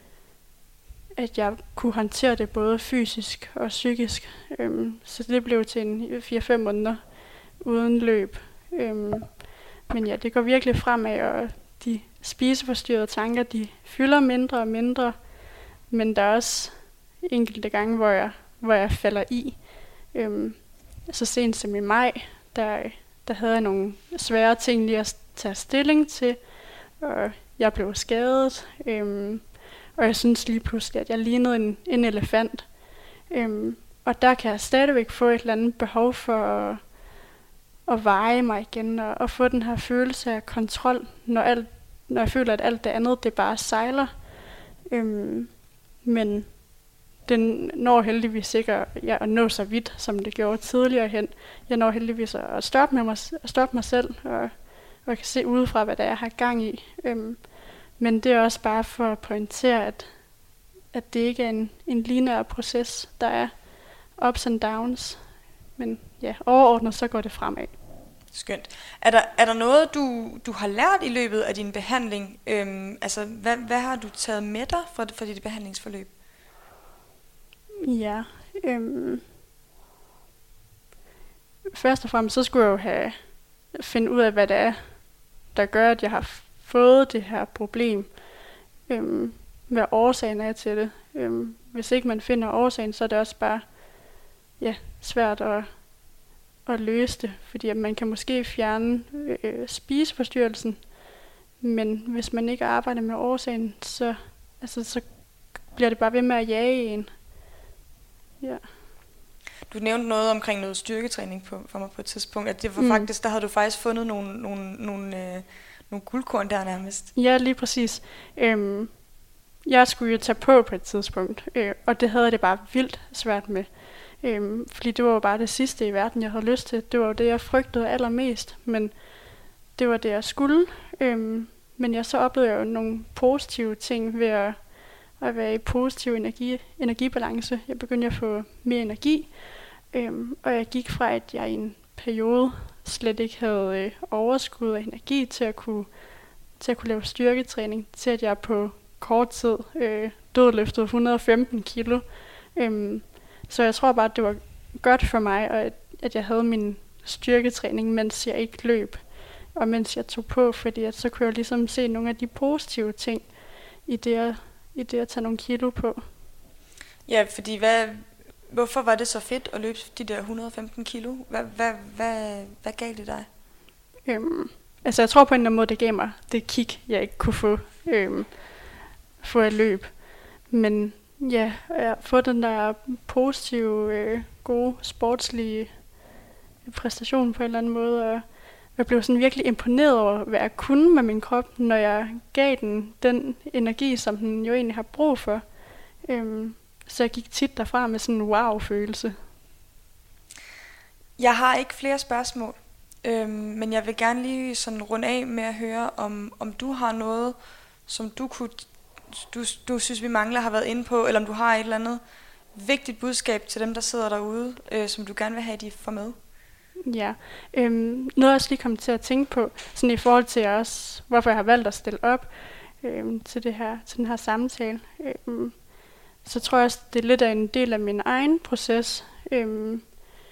at jeg kunne håndtere det både fysisk og psykisk. Øhm, så det blev til en fire fem måneder uden løb. Øhm, men ja, det går virkelig fremad, og de spiseforstyrrede tanker, de fylder mindre og mindre, men der er også enkelte gange, hvor jeg, hvor jeg falder i. Øhm, Så sent som i maj, der, der havde jeg nogle svære ting lige at tage stilling til, og jeg blev skadet, øhm, og jeg synes lige pludselig, at jeg lignede en, en elefant. Øhm, og der kan jeg stadigvæk få et eller andet behov for at, at veje mig igen, og, og få den her følelse af kontrol, når, alt, når jeg føler, at alt det andet, det bare sejler. Øhm, men den når heldigvis ikke ja, at nå så vidt, som det gjorde tidligere hen. Jeg når heldigvis at stoppe, med mig, at stoppe mig selv, og, og jeg kan se udefra, hvad det er, jeg har gang i. Øhm, men det er også bare for at pointere, at, at det ikke er en, en lineær proces. Der er ups and downs, men ja, overordnet så går det fremad. Skønt. Er der, er der noget, du, du har lært i løbet af din behandling? Øhm, altså, hvad, hvad har du taget med dig for, for dit behandlingsforløb? Ja, øhm. først og fremmest så skulle jeg jo have finde ud af, hvad det er, der gør, at jeg har fået det her problem. Øhm, hvad årsagen er til det. Øhm, hvis ikke man finder årsagen, så er det også bare ja, svært at, at løse det, fordi at man kan måske fjerne øh, spiseforstyrrelsen, men hvis man ikke arbejder med årsagen, så, altså, så bliver det bare ved med at jage en. Ja. Du nævnte noget omkring noget styrketræning på, for mig på et tidspunkt, at det var Mm. faktisk, der havde du faktisk fundet nogle, nogle, nogle, øh, nogle guldkorn der nærmest. Ja, lige præcis. Øhm, jeg skulle jo tage på på et tidspunkt, øh, og det havde jeg det bare vildt svært med. Øhm, fordi det var jo bare det sidste i verden, jeg havde lyst til. Det var jo det, jeg frygtede allermest, men det var det, jeg skulle. Øhm, men jeg så oplevede jeg jo nogle positive ting ved at, at være i positiv energi, energibalance. Jeg begyndte at få mere energi, øhm, og jeg gik fra, at jeg i en periode slet ikke havde øh, overskud af energi til at kunne til at kunne lave styrketræning, til at jeg på kort tid øh, dødløftede et hundrede og femten kilo. Øhm, så jeg tror bare, at det var godt for mig, og at, at jeg havde min styrketræning, mens jeg ikke løb, og mens jeg tog på, fordi at så kunne jeg ligesom se nogle af de positive ting i det at, i det at tage nogle kilo på. Ja, fordi hvad, hvorfor var det så fedt at løbe de der et hundrede og femten kilo? Hvad, hvad, hvad, hvad gav det dig? Øhm, altså jeg tror på en eller anden måde, det gav mig det kick, jeg ikke kunne få, øhm, få at løb. Men ja, at få den der positive, øh, gode, sportslige præstation på en eller anden måde, og jeg blev sådan virkelig imponeret over, hvad jeg kunne med min krop, når jeg gav den den energi, som den jo egentlig har brug for. Øhm, så jeg gik tit derfra med sådan en wow-følelse. Jeg har ikke flere spørgsmål, øhm, men jeg vil gerne lige sådan runde af med at høre, om, om du har noget, som du kunne, du, du synes, vi mangler, har været inde på, eller om du har et eller andet vigtigt budskab til dem, der sidder derude, øh, som du gerne vil have, de får med. Ja, øhm, noget jeg også lige kom til at tænke på, sådan i forhold til også, hvorfor jeg har valgt at stille op øhm, til, det her, til den her samtale, øhm, så tror jeg også, det er lidt af en del af min egen proces, øhm,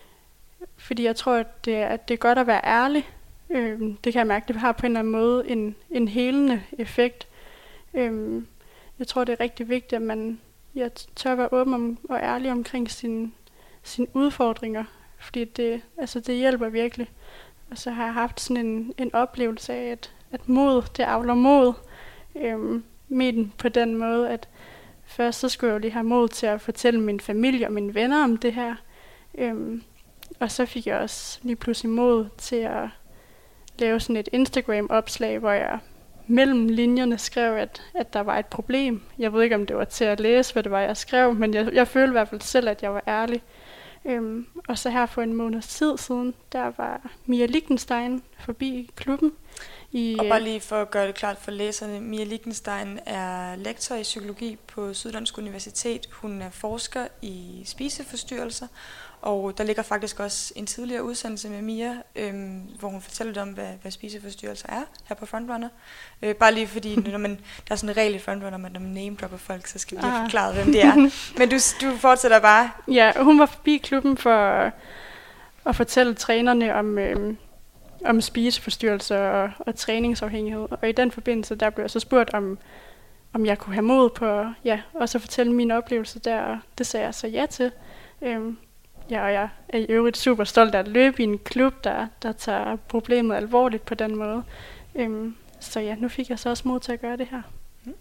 fordi jeg tror, at det, er, at det er godt at være ærlig. Øhm, det kan jeg mærke, det har på en eller anden måde en, en helende effekt. Øhm, jeg tror, det er rigtig vigtigt, at man jeg tør være åben om, og ærlig omkring sine, sine udfordringer, fordi det, altså det hjælper virkelig. Og så har jeg haft sådan en, en oplevelse af, at, at mod, det avler mod. Øhm, men på den måde, at først så skulle jeg jo lige have mod til at fortælle min familie og mine venner om det her. Øhm, og så fik jeg også lige pludselig mod til at lave sådan et Instagram-opslag, hvor jeg mellem linjerne skrev, at, at der var et problem. Jeg ved ikke, om det var til at læse, hvad det var, jeg skrev, men jeg, jeg følte i hvert fald selv, at jeg var ærlig. Øhm, og så her for en måneds tid siden, der var Mia Lichtenstein forbi klubben. I, og bare lige for at gøre det klart for læserne, Mia Lichtenstein er lektor i psykologi på Syddansk Universitet. Hun er forsker i spiseforstyrrelser, og der ligger faktisk også en tidligere udsendelse med Mia, øhm, hvor hun fortæller lidt om, hvad, hvad spiseforstyrrelser er her på Frontrunner. Øh, bare lige fordi, når man, der er sådan en regel i Frontrunner, at når man name-dropper folk, så skal vi lige have forklaret, hvem det er. Men du, du fortsætter bare. Ja, hun var forbi klubben for at, at fortælle trænerne om, øhm, om spiseforstyrrelser og, og træningsafhængighed. Og i den forbindelse, der blev jeg så spurgt, om, om jeg kunne have mod på, ja, og så fortælle mine oplevelser der, og det sagde jeg så ja til. Øhm, Ja, og jeg er i øvrigt super stolt af at løbe i en klub, der, der tager problemet alvorligt på den måde. Øhm, så ja, nu fik jeg så også mod til at gøre det her. Mm.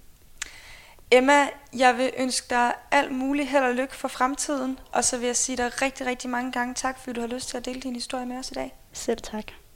Emma, jeg vil ønske dig alt muligt held og lykke for fremtiden, og så vil jeg sige dig rigtig, rigtig mange gange tak, fordi du har lyst til at dele din historie med os i dag. Selv tak.